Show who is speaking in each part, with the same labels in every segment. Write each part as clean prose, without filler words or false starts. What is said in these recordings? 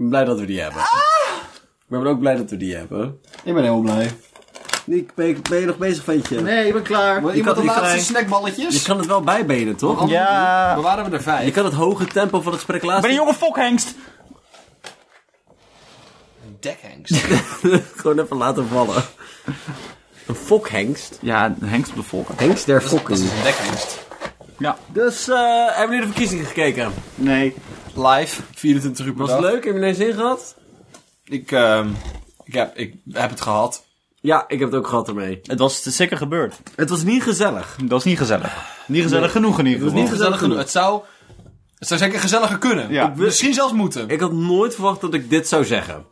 Speaker 1: blij dat we die hebben. Ik ben ook blij dat we die hebben.
Speaker 2: Ik ben heel blij.
Speaker 1: Nick, ben je nog bezig, ventje?
Speaker 2: Nee, ik ben klaar.
Speaker 1: Maar
Speaker 2: Iemand de laatste
Speaker 1: klein.
Speaker 2: snackballetjes?
Speaker 1: Je kan het wel bijbenen, toch?
Speaker 3: Ja.
Speaker 2: Maar waren we er 5?
Speaker 1: Je kan het hoge tempo van het sprekelaas...
Speaker 3: Ik ben een jonge fokhengst.
Speaker 2: Dekhengst.
Speaker 1: Gewoon even laten vallen. Een fokhengst?
Speaker 3: Ja, een hengst op de volk.
Speaker 1: Hengst der fokken.
Speaker 2: Dat is een dekhengst.
Speaker 3: Ja.
Speaker 1: Dus, hebben jullie de verkiezingen gekeken?
Speaker 3: Nee.
Speaker 2: Live, 24 uur per
Speaker 1: Was
Speaker 2: dag.
Speaker 1: het leuk? Heb je er eens in gehad?
Speaker 2: Ik heb het gehad.
Speaker 1: Ja, ik heb het ook gehad ermee.
Speaker 3: Het was zeker gebeurd.
Speaker 1: Het was niet gezellig.
Speaker 3: Dat was niet gezellig. Niet gezellig genoeg in ieder
Speaker 1: Het was
Speaker 3: geval.
Speaker 1: niet gezellig genoeg.
Speaker 2: Het zou zeker gezelliger kunnen.
Speaker 3: Ja.
Speaker 2: Misschien zelfs moeten.
Speaker 1: Ik had nooit verwacht dat ik dit zou zeggen.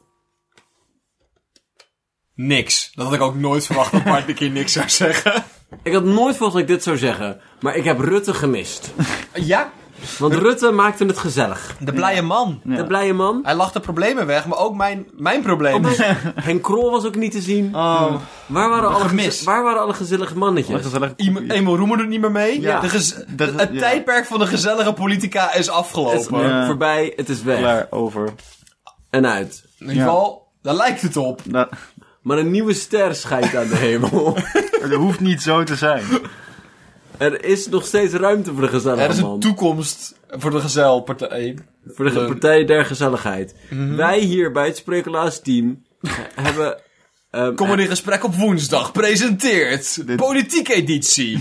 Speaker 2: Niks. Dat had ik ook nooit verwacht dat Bart een keer niks zou zeggen.
Speaker 1: Ik had nooit verwacht dat ik dit zou zeggen. Maar ik heb Rutte gemist.
Speaker 2: Ja,
Speaker 1: Want Rutte maakte het gezellig.
Speaker 2: de blije man.
Speaker 3: Ja.
Speaker 1: De blije man.
Speaker 2: Hij lacht de problemen weg, maar ook mijn problemen.
Speaker 1: Henk Krol was ook niet te zien.
Speaker 3: Oh.
Speaker 1: Waar waren,
Speaker 2: Gemist.
Speaker 1: waar waren alle gezellige mannetjes?
Speaker 3: Gezellig.
Speaker 2: Emil Roemer doet niet meer mee.
Speaker 1: Ja.
Speaker 2: Het tijdperk van de gezellige politica is afgelopen.
Speaker 3: Ja.
Speaker 1: Voorbij, het is weg.
Speaker 3: Klaar, over.
Speaker 1: En uit.
Speaker 2: In ieder geval, daar lijkt het op.
Speaker 3: Dat,
Speaker 1: Maar een nieuwe ster schijnt aan de hemel.
Speaker 3: het hoeft niet zo te zijn.
Speaker 1: Er is nog steeds ruimte voor de gezellige
Speaker 2: Er is een
Speaker 1: man.
Speaker 2: toekomst voor de gezelpartij.
Speaker 1: Voor de partij der gezelligheid. Wij hier bij het Sprekelaars team hebben...
Speaker 2: Kom maar in gesprek op woensdag. Presenteert. Politiek editie.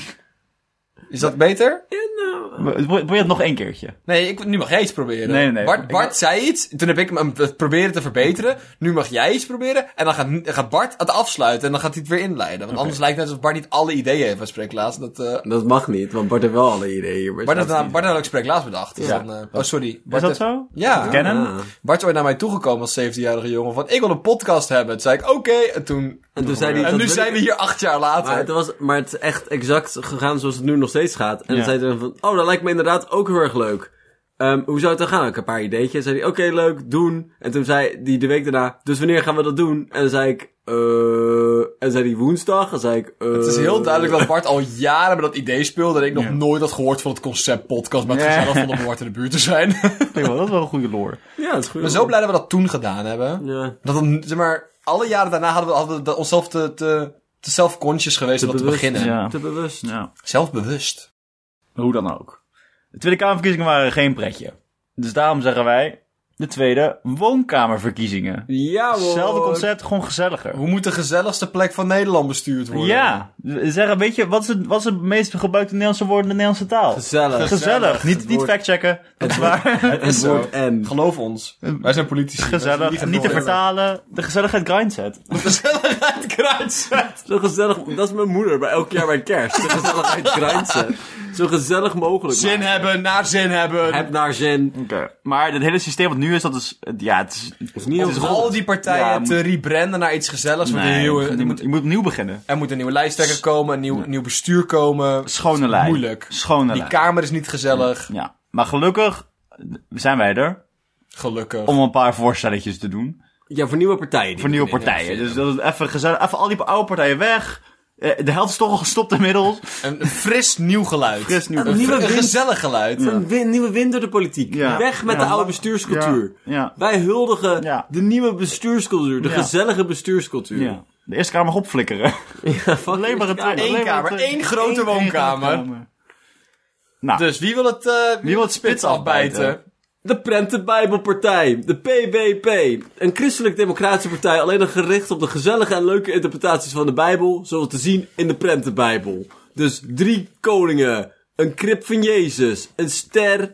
Speaker 2: Is dat beter?
Speaker 3: Wil je het nog één keertje?
Speaker 2: Nee, nu mag jij iets proberen.
Speaker 3: Nee.
Speaker 2: Bart zei iets. Toen heb ik hem het proberen te verbeteren. Nu mag jij iets proberen. En dan gaat Bart het afsluiten. En dan gaat hij het weer inleiden. Want anders lijkt het alsof Bart niet alle ideeën heeft van Spreeklaas.
Speaker 1: Dat mag niet, want Bart heeft wel alle ideeën.
Speaker 2: Bart had ook Spreeklaas bedacht. Dus
Speaker 3: Ja.
Speaker 2: dan, oh, sorry.
Speaker 3: Is
Speaker 2: Bart
Speaker 3: dat
Speaker 2: heeft-
Speaker 3: zo?
Speaker 2: Ja.
Speaker 3: Kennen?
Speaker 2: Bart is ooit naar mij toegekomen als 17-jarige jongen. Van, ik wil een podcast hebben. Toen zei ik, oké. En toen
Speaker 1: zei hij...
Speaker 2: en
Speaker 1: dat
Speaker 2: nu
Speaker 1: wil
Speaker 2: zijn
Speaker 1: ik-
Speaker 2: we hier 8 jaar later.
Speaker 1: Maar het is echt exact gegaan zoals het nu nog steeds gaat. En
Speaker 3: Ja.
Speaker 1: dan zei hij dan van... Oh, dat lijkt me inderdaad ook heel erg leuk. Hoe zou het dan gaan? Ik heb een paar ideetjes. Zei hij, oké, leuk, doen. En toen zei hij de week daarna... Dus wanneer gaan we dat doen? En dan zei ik... En zei hij woensdag. En zei ik...
Speaker 2: Het is heel duidelijk dat Bart al jaren met dat idee speelde. En ik nog nooit had gehoord van het concept podcast. Maar het
Speaker 3: Ja.
Speaker 2: gezellig vond om Bart in de buurt te zijn.
Speaker 3: Dat is wel een goede lore.
Speaker 1: Ja, dat is goed.
Speaker 2: Ik ben zo blij dat we dat toen gedaan hebben.
Speaker 1: Ja.
Speaker 2: Dat dan, zeg maar, alle jaren daarna hadden we onszelf te self-conscious geweest om dat te
Speaker 1: bewust.
Speaker 2: beginnen.
Speaker 3: Ja.
Speaker 1: Te bewust.
Speaker 3: Ja.
Speaker 2: Zelfbewust.
Speaker 3: Hoe dan ook. De Tweede Kamerverkiezingen waren geen pretje. Dus daarom zeggen wij... De Tweede Woonkamerverkiezingen.
Speaker 1: Ja, hoor.
Speaker 3: Hetzelfde concept, gewoon gezelliger.
Speaker 2: Hoe moet de gezelligste plek van Nederland bestuurd worden?
Speaker 3: Ja, zeggen, weet je, wat is het meest gebruikte Nederlandse woord in de Nederlandse taal?
Speaker 1: Gezellig.
Speaker 3: Gezellig. Niet
Speaker 1: woord-
Speaker 3: factchecken. Dat is waar.
Speaker 2: Het is
Speaker 1: Het
Speaker 2: zo.
Speaker 1: woord en.
Speaker 2: Geloof ons. Wij zijn politici.
Speaker 3: Gezellig.
Speaker 2: Wij zijn
Speaker 3: Niet te
Speaker 2: gaan
Speaker 3: vertalen. De gezelligheid grindset.
Speaker 2: De gezelligheid kruidzet.
Speaker 1: Zo gezellig. Dat is mijn moeder bij elk jaar bij kerst. De gezelligheid grindset. Zo gezellig mogelijk.
Speaker 2: Zin
Speaker 1: maken.
Speaker 2: hebben, naar zin hebben.
Speaker 1: Heb naar zin.
Speaker 3: Oké. Maar het hele systeem wat nu is, dat is... Ja, het is...
Speaker 1: is niet heel
Speaker 2: Om
Speaker 1: gezellig.
Speaker 2: al die partijen
Speaker 3: Ja,
Speaker 2: te rebranden naar iets gezelligs.
Speaker 3: Nee,
Speaker 2: Nee,
Speaker 3: je moet opnieuw beginnen.
Speaker 2: er moet een nieuwe lijsttrekker komen, een nieuw bestuur komen.
Speaker 3: Schone lijn.
Speaker 2: Moeilijk.
Speaker 3: Schone
Speaker 2: Die
Speaker 3: lijn.
Speaker 2: kamer is niet gezellig.
Speaker 3: Ja. Maar gelukkig zijn wij er
Speaker 2: Gelukkig.
Speaker 3: om een paar voorstelletjes te doen.
Speaker 1: Ja, voor nieuwe partijen. die
Speaker 3: Voor nieuwe
Speaker 1: we erin
Speaker 3: partijen.
Speaker 1: hebben
Speaker 3: Dus dat is even gezellig. Even al die oude partijen weg. De helft is toch al gestopt inmiddels.
Speaker 2: Een fris nieuw geluid.
Speaker 3: Fris nieuw
Speaker 1: Een
Speaker 3: geluid.
Speaker 1: nieuwe
Speaker 2: Een
Speaker 1: wind.
Speaker 2: gezellig geluid.
Speaker 1: Een nieuwe wind door de politiek.
Speaker 3: Ja.
Speaker 1: Weg met
Speaker 3: Ja.
Speaker 1: de oude bestuurscultuur.
Speaker 3: Ja.
Speaker 1: Wij huldigen
Speaker 3: Ja.
Speaker 1: de nieuwe bestuurscultuur. De
Speaker 3: Ja.
Speaker 1: gezellige bestuurscultuur.
Speaker 3: Ja. De Eerste Kamer mag opflikkeren.
Speaker 1: Ja, fuck
Speaker 3: Alleen maar een
Speaker 1: Eerste
Speaker 3: twee-
Speaker 2: Eén
Speaker 3: alleen maar
Speaker 2: kamer,
Speaker 3: twee-
Speaker 2: één grote woonkamer.
Speaker 3: Nou,
Speaker 2: Dus wie wil het spits afbijten?
Speaker 1: De Prentenbijbelpartij, de PBP, een christelijk-democratische partij alleen nog gericht op de gezellige en leuke interpretaties van de Bijbel, zoals te zien in de Prentenbijbel. Dus 3 koningen, een krib van Jezus, een ster,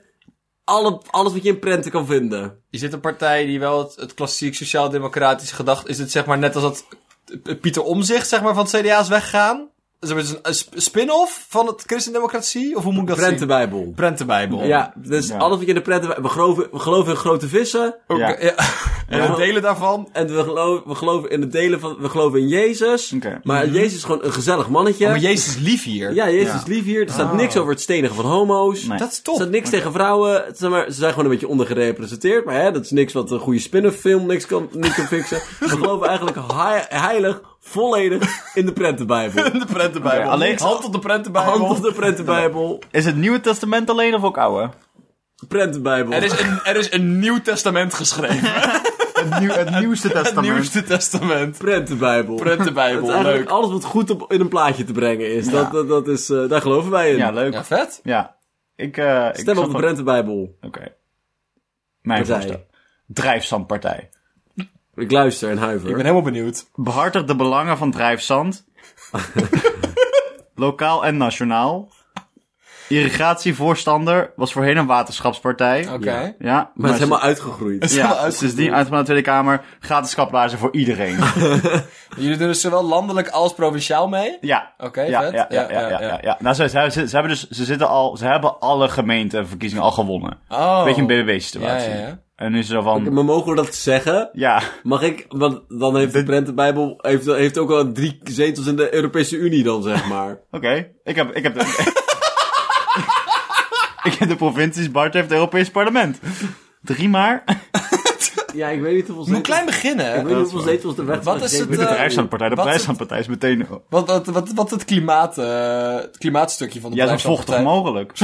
Speaker 1: alles wat je in prenten kan vinden.
Speaker 2: Is dit een partij die wel het klassiek sociaal-democratische gedacht... Is het zeg maar net als dat Pieter Omtzigt zeg maar van het CDA is weggegaan? Is het een spin-off van het christendemocratie? Of hoe moet ik dat zien?
Speaker 1: Prentenbijbel.
Speaker 2: Prentenbijbel.
Speaker 1: Ja, dus
Speaker 3: Ja.
Speaker 1: alles wat je in de prenten... We geloven in grote vissen.
Speaker 2: Ook,
Speaker 3: Ja.
Speaker 2: ja. En het delen daarvan.
Speaker 1: En we geloven in het delen van... We geloven in Jezus.
Speaker 3: Oké.
Speaker 1: Maar Jezus is gewoon een gezellig mannetje.
Speaker 2: Oh, maar Jezus is lief hier.
Speaker 1: Ja, Jezus
Speaker 3: Ja.
Speaker 1: is lief hier. Er staat niks over het stenigen van homo's.
Speaker 3: Nee.
Speaker 2: Dat is
Speaker 1: Er
Speaker 2: top.
Speaker 1: staat niks tegen vrouwen. Zeg maar, ze zijn gewoon een beetje ondergerepresenteerd. Maar hè, dat is niks wat een goede spin-off film niet kan fixen. We geloven eigenlijk heilig, volledig in de Prentenbijbel.
Speaker 2: De Prentenbijbel.
Speaker 3: Oké, alleen-
Speaker 2: hand op de Prentenbijbel.
Speaker 1: Hand op de Prentenbijbel.
Speaker 3: is het Nieuwe Testament alleen of ook oude?
Speaker 1: Prentenbijbel.
Speaker 2: Er is een Nieuw Testament geschreven.
Speaker 3: Het nieuwste testament.
Speaker 2: Het Nieuwste Testament.
Speaker 1: Prentenbijbel.
Speaker 2: Prentenbijbel,
Speaker 1: Het is eigenlijk
Speaker 2: leuk.
Speaker 1: alles wat goed in een plaatje te brengen is.
Speaker 3: Ja.
Speaker 1: Dat is, daar geloven wij in.
Speaker 3: Ja, leuk.
Speaker 2: Ja, vet.
Speaker 3: Ja. Ik
Speaker 1: Stem op de Prentenbijbel.
Speaker 3: Oké. Mijn
Speaker 1: Partij.
Speaker 3: voorstel. Drijfzandpartij.
Speaker 1: Ik luister en huiver.
Speaker 2: Ik ben helemaal benieuwd.
Speaker 3: Behartigt de belangen van drijfzand. Lokaal en nationaal. Irrigatievoorstander was voorheen een waterschapspartij.
Speaker 2: Oké.
Speaker 3: Ja,
Speaker 1: Maar het is helemaal uitgegroeid.
Speaker 2: is helemaal
Speaker 3: Ja, sindsdien uit van de Tweede Kamer gratis kaplaarzen voor iedereen.
Speaker 2: Jullie doen dus zowel landelijk als provinciaal mee?
Speaker 3: Ja.
Speaker 2: Oké,
Speaker 3: Ja,
Speaker 2: vet.
Speaker 3: ja. Nou, ze hebben alle gemeenteverkiezingen al gewonnen.
Speaker 2: Oh.
Speaker 3: Een beetje een BBB-situatie.
Speaker 2: Ja.
Speaker 3: En nu is zo van...
Speaker 1: Maar mogen we dat zeggen?
Speaker 3: Ja,
Speaker 1: Mag ik? Want dan heeft de Prentenbijbel heeft ook al 3 zetels in de Europese Unie dan, zeg maar.
Speaker 3: oké. Ik heb ik heb de provincies, Bart heeft het Europees Parlement. 3 maar.
Speaker 1: Ja, ik weet niet hoeveel
Speaker 2: Je moet klein beginnen, hè?
Speaker 1: Ik weet niet hoeveel zetels de weg
Speaker 2: Wat is het,
Speaker 3: De drijfzandpartij. De
Speaker 2: wat is
Speaker 3: drijfzandpartij is meteen...
Speaker 2: Wat het klimaatstukje van de
Speaker 3: Ja, zo vochtig
Speaker 2: Drijfzandpartij?
Speaker 3: mogelijk.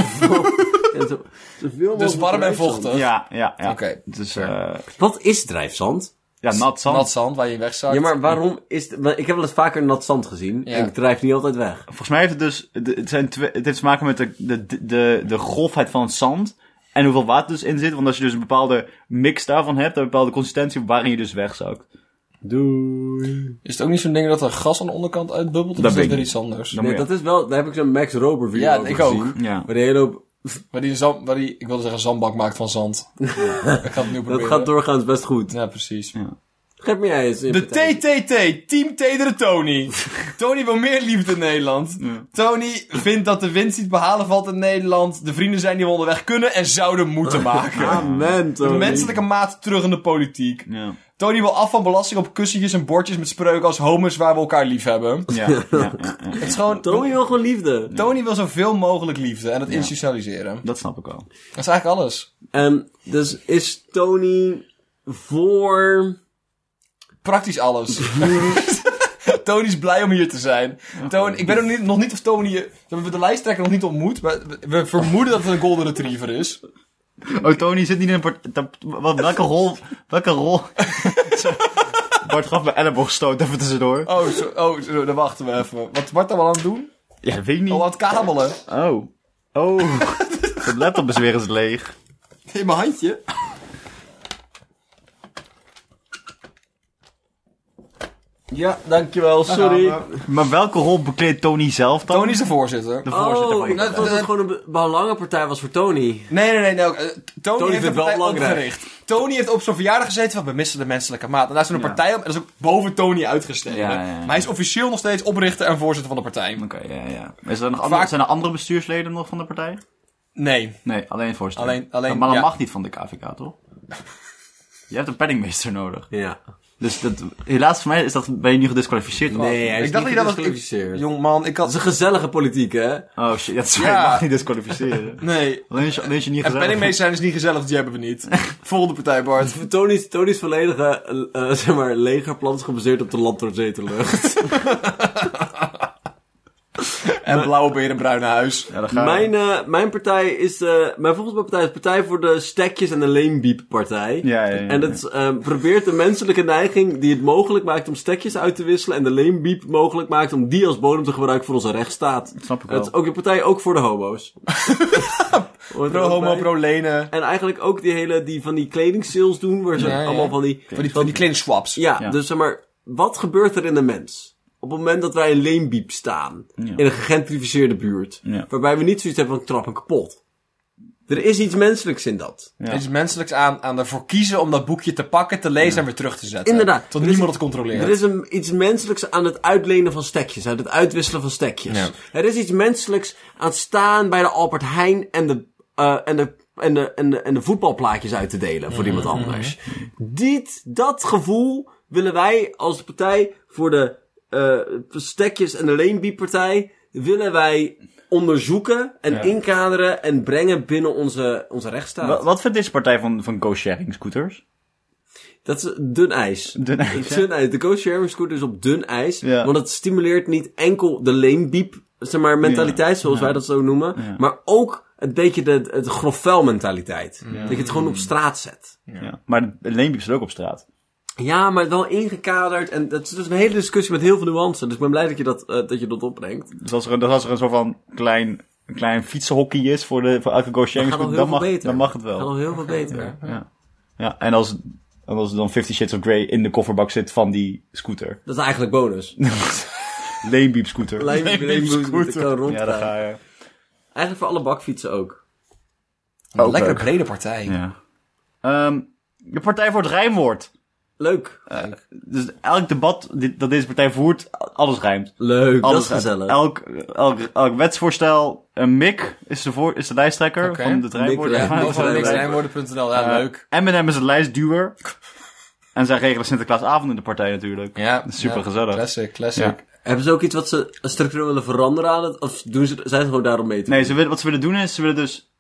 Speaker 2: Dus warm en vochtig.
Speaker 3: Ja.
Speaker 2: Oké.
Speaker 3: Dus,
Speaker 1: Wat is drijfzand?
Speaker 3: ja, nat zand.
Speaker 2: Nat zand waar je in wegzakt.
Speaker 1: Ja, maar waarom is het... Ik heb wel eens vaker nat zand gezien.
Speaker 2: Ja.
Speaker 1: En het drijft niet altijd weg.
Speaker 3: Volgens mij heeft het dus... Het heeft te maken met de grofheid van het zand. En hoeveel water dus in zit. Want als je dus een bepaalde mix daarvan hebt, een bepaalde consistentie waarin je dus wegzakt.
Speaker 1: Doei.
Speaker 2: Is het ook niet zo'n ding dat er gas aan de onderkant uitbubbelt? Of
Speaker 3: Dat
Speaker 2: is
Speaker 3: weet
Speaker 2: dat weer
Speaker 3: ik
Speaker 2: iets anders?
Speaker 3: Dan
Speaker 1: Nee,
Speaker 3: moet je-
Speaker 1: dat is wel... Daar heb ik zo'n Max Rober video
Speaker 2: Ja,
Speaker 1: over
Speaker 2: ik ook.
Speaker 1: gezien.
Speaker 3: Ja.
Speaker 1: Waar die hele hoop...
Speaker 2: Waar die, ik wilde zeggen zandbak maakt van zand. Ik ga het nu
Speaker 1: Dat
Speaker 2: proberen.
Speaker 1: gaat doorgaans best goed.
Speaker 2: Ja, precies.
Speaker 1: Geef me jij eens. in
Speaker 2: De
Speaker 1: partij.
Speaker 2: TTT, Team Tedere Tony. Tony wil meer liefde in Nederland.
Speaker 3: Ja.
Speaker 2: Tony vindt dat de winst niet behalen valt in Nederland. De vrienden zijn die we onderweg kunnen en zouden moeten maken.
Speaker 1: Amen,
Speaker 2: De
Speaker 1: Tony.
Speaker 2: menselijke maat terug in de politiek.
Speaker 3: Ja.
Speaker 2: Tony wil af van belasting op kussentjes en bordjes met spreuken als homo's waar we elkaar lief hebben.
Speaker 3: Ja.
Speaker 2: Het is gewoon...
Speaker 1: Tony wil gewoon liefde.
Speaker 2: Tony wil zoveel mogelijk liefde en dat institutionaliseren.
Speaker 3: Dat snap ik wel.
Speaker 2: Dat is eigenlijk alles.
Speaker 1: Dus is Tony voor...
Speaker 2: Praktisch alles. Tony is blij om hier te zijn. Tony, ik weet nog niet of Tony... We hebben de lijsttrekker nog niet ontmoet, maar we vermoeden dat het een golden retriever is.
Speaker 3: Oh, Tony zit niet in een welke rol... Bart gaf mijn elleboogstoot even tussendoor.
Speaker 2: Zo, dan wachten we even. Wat Bart dan wel aan het doen?
Speaker 3: Ja, dat weet ik niet.
Speaker 2: Al aan het kabelen.
Speaker 3: Oh. Het laptop is weer eens leeg.
Speaker 2: In mijn handje.
Speaker 1: Ja, dankjewel, sorry.
Speaker 3: Maar welke rol bekleedt Tony zelf dan?
Speaker 2: Tony is de voorzitter.
Speaker 3: de voorzitter
Speaker 1: Oh,
Speaker 3: van
Speaker 1: ik
Speaker 3: de
Speaker 1: dacht dat het gewoon een belangenpartij was voor Tony.
Speaker 2: Nee. Tony heeft
Speaker 1: vindt
Speaker 2: de
Speaker 1: het wel
Speaker 2: partij
Speaker 1: belangrijk.
Speaker 2: opgericht. Tony heeft op zo'n verjaardag gezeten van we missen de menselijke maat. En daar is een partij op en dat is ook boven Tony uitgestegen.
Speaker 3: Ja.
Speaker 2: Maar hij is officieel nog steeds oprichter en voorzitter van de partij.
Speaker 3: Oké, ja. Is er nog
Speaker 2: Vaak-
Speaker 3: zijn er andere bestuursleden nog van de partij?
Speaker 2: Nee.
Speaker 3: Nee, alleen het voorzitter.
Speaker 2: Alleen,
Speaker 3: maar dat
Speaker 2: ja.
Speaker 3: mag niet van de KVK, toch? Je hebt een penningmeester nodig.
Speaker 1: Ja.
Speaker 3: Dus helaas voor mij ben je nu gedisqualificeerd.
Speaker 1: Nee, hij is
Speaker 2: Ik dacht
Speaker 1: niet
Speaker 2: dat je dat was...
Speaker 1: gedisqualificeerd.
Speaker 2: Jong man, ik
Speaker 1: Dat
Speaker 2: had...
Speaker 1: is een gezellige politiek, hè?
Speaker 3: Oh shit, dat is
Speaker 2: Ja.
Speaker 3: waar, je mag niet disqualificeren.
Speaker 2: Nee.
Speaker 3: Alleen als je niet
Speaker 2: En
Speaker 3: gezellig...
Speaker 2: penningmeesters zijn dus niet gezellig, die hebben we niet. Volgende partij, Bart.
Speaker 1: Tony's volledige legerplan is gebaseerd op de landdoorzetenlucht.
Speaker 2: En blauwe beer en bruine huis.
Speaker 3: Ja, dan ga je.
Speaker 1: Mijn partij is... Mijn volkspartij is Partij voor de Stekjes en de Leenbiep-partij.
Speaker 3: Ja.
Speaker 1: En dat is, probeert de menselijke neiging die het mogelijk maakt om stekjes uit te wisselen en de leenbiep mogelijk maakt om die als bodem te gebruiken voor onze rechtsstaat.
Speaker 3: Dat snap ik
Speaker 1: Dat is
Speaker 3: wel.
Speaker 1: ook een partij ook voor de homo's. Hoort er ook
Speaker 2: Pro-homo,
Speaker 1: bij.
Speaker 2: pro-lenen.
Speaker 1: En eigenlijk ook die van die kledingssales doen, waar ze
Speaker 2: Ja.
Speaker 1: allemaal van die...
Speaker 2: Van die kleine swaps.
Speaker 1: Ja, dus zeg maar, wat gebeurt er in de mens? Op het moment dat wij in Leenbiep staan,
Speaker 3: Ja.
Speaker 1: in een gegentrificeerde buurt,
Speaker 3: Ja.
Speaker 1: waarbij we niet zoiets hebben van trap hem kapot. Er is iets menselijks in dat.
Speaker 3: Ja.
Speaker 2: Er is menselijks aan ervoor kiezen om dat boekje te pakken, te lezen en weer terug te zetten.
Speaker 1: Inderdaad.
Speaker 2: Tot
Speaker 1: Er is-
Speaker 2: niemand het controleert.
Speaker 1: Er is iets menselijks aan het uitlenen van stekjes, aan het uitwisselen van stekjes.
Speaker 2: Ja.
Speaker 1: Er is iets menselijks aan het staan bij de Albert Heijn en de voetbalplaatjes uit te delen voor iemand anders. Dat gevoel willen wij als de partij voor de stekjes en de leenbieppartij willen wij onderzoeken en inkaderen en brengen binnen onze rechtsstaat.
Speaker 3: Wat vindt deze partij van co-sharing scooters?
Speaker 1: Dat is dun ijs.
Speaker 3: Dun ijs, ja.
Speaker 1: Dun ijs. De co-sharing scooter is op dun ijs.
Speaker 3: Ja.
Speaker 1: Want het stimuleert niet enkel de leenbiep, zeg maar, mentaliteit, zoals wij dat zo noemen.
Speaker 3: Ja.
Speaker 1: Maar ook een beetje de grofvuil mentaliteit. Dat je het gewoon op straat zet.
Speaker 3: Ja. Maar de leenbiep zit ook op straat.
Speaker 1: Ja, maar wel ingekaderd. En dat is dus een hele discussie met heel veel nuance. Dus ik ben blij dat je dat opbrengt.
Speaker 3: Dus als er een soort van klein fietsenhockey is voor elke Goshen, dan mag het wel.
Speaker 1: Dat gaat al heel veel beter.
Speaker 3: Ja. En als er dan 50 Shades of Grey in de kofferbak zit van die scooter.
Speaker 1: Dat is eigenlijk bonus.
Speaker 3: Leenbiep scooter.
Speaker 1: Leenbiep scooter. Kan rondgaan.
Speaker 3: Ja, daar ga je.
Speaker 1: Eigenlijk voor alle bakfietsen ook.
Speaker 2: Een lekkere brede partij.
Speaker 3: Ja. De Partij voor het Rijmwoord.
Speaker 1: Leuk.
Speaker 3: Dus elk debat dat deze partij voert, alles rijmt.
Speaker 1: Leuk,
Speaker 3: Alles
Speaker 1: dat is gezellig.
Speaker 3: Elk wetsvoorstel, Mick is de lijsttrekker van het Rijmwoord.
Speaker 1: Mick,
Speaker 2: Ja, van niksrijmwoorden.nl. Ja, leuk.
Speaker 3: M&M is het lijstduwer. En zij regelen Sinterklaasavond in de partij natuurlijk.
Speaker 2: Ja,
Speaker 3: Dat is super gezellig.
Speaker 2: Classic.
Speaker 3: Ja.
Speaker 1: Hebben ze ook iets wat ze structureel willen veranderen aan het? Of zijn ze gewoon daarom mee te doen?
Speaker 3: Nee, wat ze willen doen is, ze willen dus...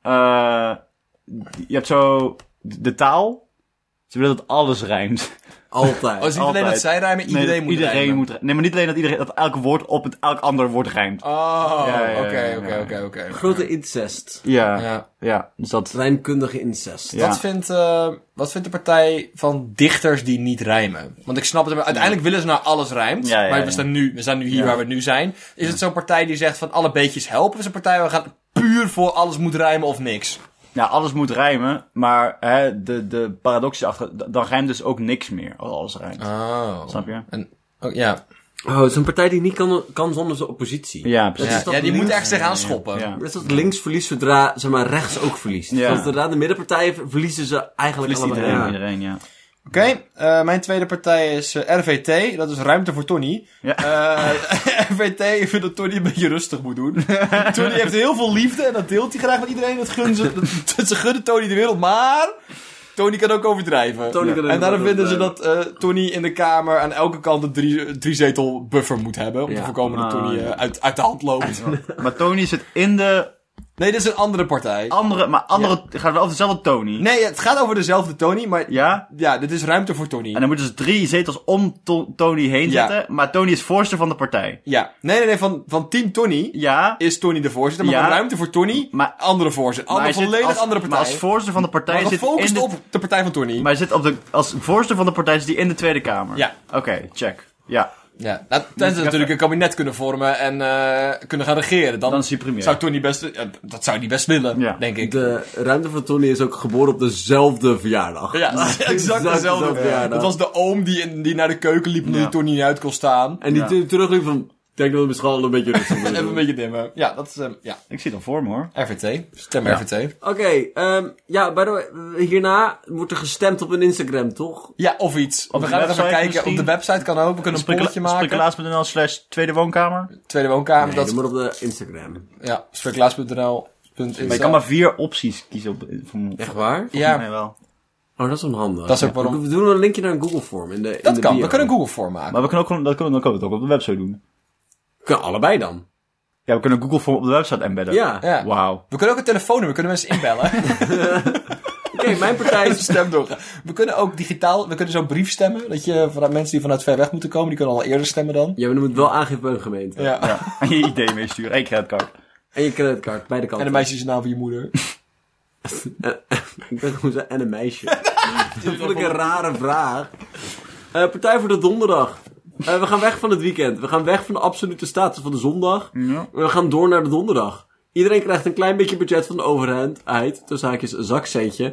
Speaker 3: je hebt zo de taal. Ze willen dat alles rijmt.
Speaker 1: Altijd.
Speaker 2: Oh, is niet alleen dat zij rijmen, iedereen moet rijmen.
Speaker 3: Nee, maar niet alleen dat elk woord op elk ander woord rijmt.
Speaker 2: Oh,
Speaker 3: Ja.
Speaker 2: oké.
Speaker 1: Grote incest.
Speaker 3: Ja. Dus dat...
Speaker 1: Rijmkundige incest.
Speaker 3: Ja.
Speaker 2: Wat vindt de partij van dichters die niet rijmen? Want ik snap het, uiteindelijk willen ze naar alles rijmt.
Speaker 3: Ja.
Speaker 2: Maar we staan nu hier waar we nu zijn. Is het zo'n partij die zegt van alle beetjes helpen? Of is het een partij waar we gaan puur voor alles moet rijmen of niks?
Speaker 3: Ja, alles moet rijmen, maar de paradox is achter, dan rijmt dus ook niks meer als alles rijmt.
Speaker 2: Oh.
Speaker 3: Snap je?
Speaker 2: Ja.
Speaker 1: Oh, het is een partij die niet kan zonder zijn oppositie.
Speaker 3: Ja, precies.
Speaker 2: Ja, die moet ergens tegenaan schoppen.
Speaker 3: Ja.
Speaker 1: Dat is dat links verliest zodra, zeg maar, rechts ook verliest.
Speaker 3: Ja.
Speaker 1: Want zodra de middenpartijen verliezen ze eigenlijk allemaal.
Speaker 3: Iedereen, ja.
Speaker 2: Oké, mijn tweede partij is RVT, dat is Ruimte voor Tony.
Speaker 3: Ja.
Speaker 2: RVT vindt dat Tony een beetje rustig moet doen. Tony heeft heel veel liefde en dat deelt hij graag met iedereen. Ze gunnen Tony de wereld, maar Tony kan ook overdrijven. En daarom vinden ze dat Tony in de Kamer aan elke kant een 3-zetel buffer moet hebben. Om te voorkomen dat Tony uit de hand loopt.
Speaker 3: Maar Tony zit in de
Speaker 2: Nee, dit is een andere partij.
Speaker 3: gaat wel over dezelfde Tony.
Speaker 2: Nee, het gaat over dezelfde Tony, maar
Speaker 3: Ja?
Speaker 2: ja, dit is Ruimte voor Tony.
Speaker 3: En dan moeten ze 3 zetels om Tony heen
Speaker 2: Ja.
Speaker 3: zetten. Maar Tony is voorzitter van de partij.
Speaker 2: Ja, nee, van Team Tony
Speaker 3: Ja.
Speaker 2: is Tony de voorzitter, maar
Speaker 3: Ja.
Speaker 2: van Ruimte voor Tony,
Speaker 3: Maar-
Speaker 2: andere voorzitter.
Speaker 3: Maar hij
Speaker 2: Andere,
Speaker 3: zit
Speaker 2: volledig andere
Speaker 3: Maar
Speaker 2: partij.
Speaker 3: als voorzitter van de partij
Speaker 2: Maar
Speaker 3: zit
Speaker 2: gefocust
Speaker 3: in de...
Speaker 2: op de partij van Tony.
Speaker 3: Maar hij zit als voorzitter van de partij zit hij in de Tweede Kamer.
Speaker 2: Ja.
Speaker 3: Oké, check. Ja.
Speaker 2: Ja, nou, tenzij ze natuurlijk een kabinet kunnen vormen en kunnen gaan regeren. Dan
Speaker 3: is hij premier.
Speaker 2: zou Tony dat zou hij best willen,
Speaker 3: Ja.
Speaker 2: denk ik.
Speaker 1: De ruimte van Tony is ook geboren op dezelfde verjaardag.
Speaker 2: Ja, exact dezelfde.
Speaker 1: verjaardag.
Speaker 2: Dat was de oom die naar de keuken liep omdat
Speaker 3: Ja.
Speaker 2: Tony niet uit kon staan.
Speaker 1: En die
Speaker 3: Ja.
Speaker 1: terugliep van... Ik denk dat we misschien al een beetje rustig moeten
Speaker 2: Even een
Speaker 1: doen.
Speaker 2: beetje dimmen. Ja, dat is, ja.
Speaker 3: Ik zie het al voor me hoor.
Speaker 2: RVT. Stem
Speaker 3: Ja.
Speaker 2: RVT.
Speaker 1: Oké, ja, by the way, hierna wordt er gestemd op een Instagram, toch?
Speaker 2: Ja, of iets.
Speaker 3: Op
Speaker 2: We
Speaker 3: de
Speaker 2: gaan even
Speaker 3: website
Speaker 2: kijken.
Speaker 3: misschien?
Speaker 2: Op de website kan ook. We kunnen een polletje maken.
Speaker 3: Sprekelaars.nl/tweede woonkamer.
Speaker 2: Tweede woonkamer.
Speaker 1: Nee,
Speaker 2: dat
Speaker 1: dat moet op de Instagram.
Speaker 2: ja, sprekelaars.nl.
Speaker 3: Maar je kan maar 4 opties kiezen op...
Speaker 1: Echt waar?
Speaker 2: Ja,
Speaker 3: Nee, wel.
Speaker 1: Oh, dat is onhandig.
Speaker 2: Dat is ook waarom-
Speaker 1: We doen een linkje naar een Google Form in de
Speaker 2: dat
Speaker 1: de
Speaker 2: kan.
Speaker 1: bio.
Speaker 2: We kunnen een Google Form maken.
Speaker 3: Maar we kunnen ook gewoon, dan kunnen we het ook op de website doen.
Speaker 1: Kunnen allebei dan.
Speaker 3: Ja, we kunnen Google Form op de website embedden.
Speaker 1: Ja.
Speaker 2: Ja.
Speaker 3: Wauw.
Speaker 2: We kunnen ook een telefoonnummer. Kunnen mensen inbellen.
Speaker 1: Oké, mijn partij is...
Speaker 2: Stem doorgaan. We kunnen ook digitaal. We kunnen zo'n brief stemmen. Dat je vanuit mensen die vanuit ver weg moeten komen. Die kunnen al eerder stemmen dan.
Speaker 1: Ja, maar dan moet wel aangeven bij een gemeente.
Speaker 2: Ja.
Speaker 3: Ja. En je idee meesturen. En je creditcard.
Speaker 1: En je creditcard, beide
Speaker 2: En
Speaker 1: kanten.
Speaker 2: een meisje is de naam van je moeder.
Speaker 1: Ik ben gewoon zo... En een meisje. Dat vond ik een rare vraag. Partij voor de donderdag. We gaan weg van het weekend. We gaan weg van de absolute status van de zondag.
Speaker 3: Ja.
Speaker 1: En we gaan door naar de donderdag. Iedereen krijgt een klein beetje budget van de overheid. Tussen haakjes een zakcentje.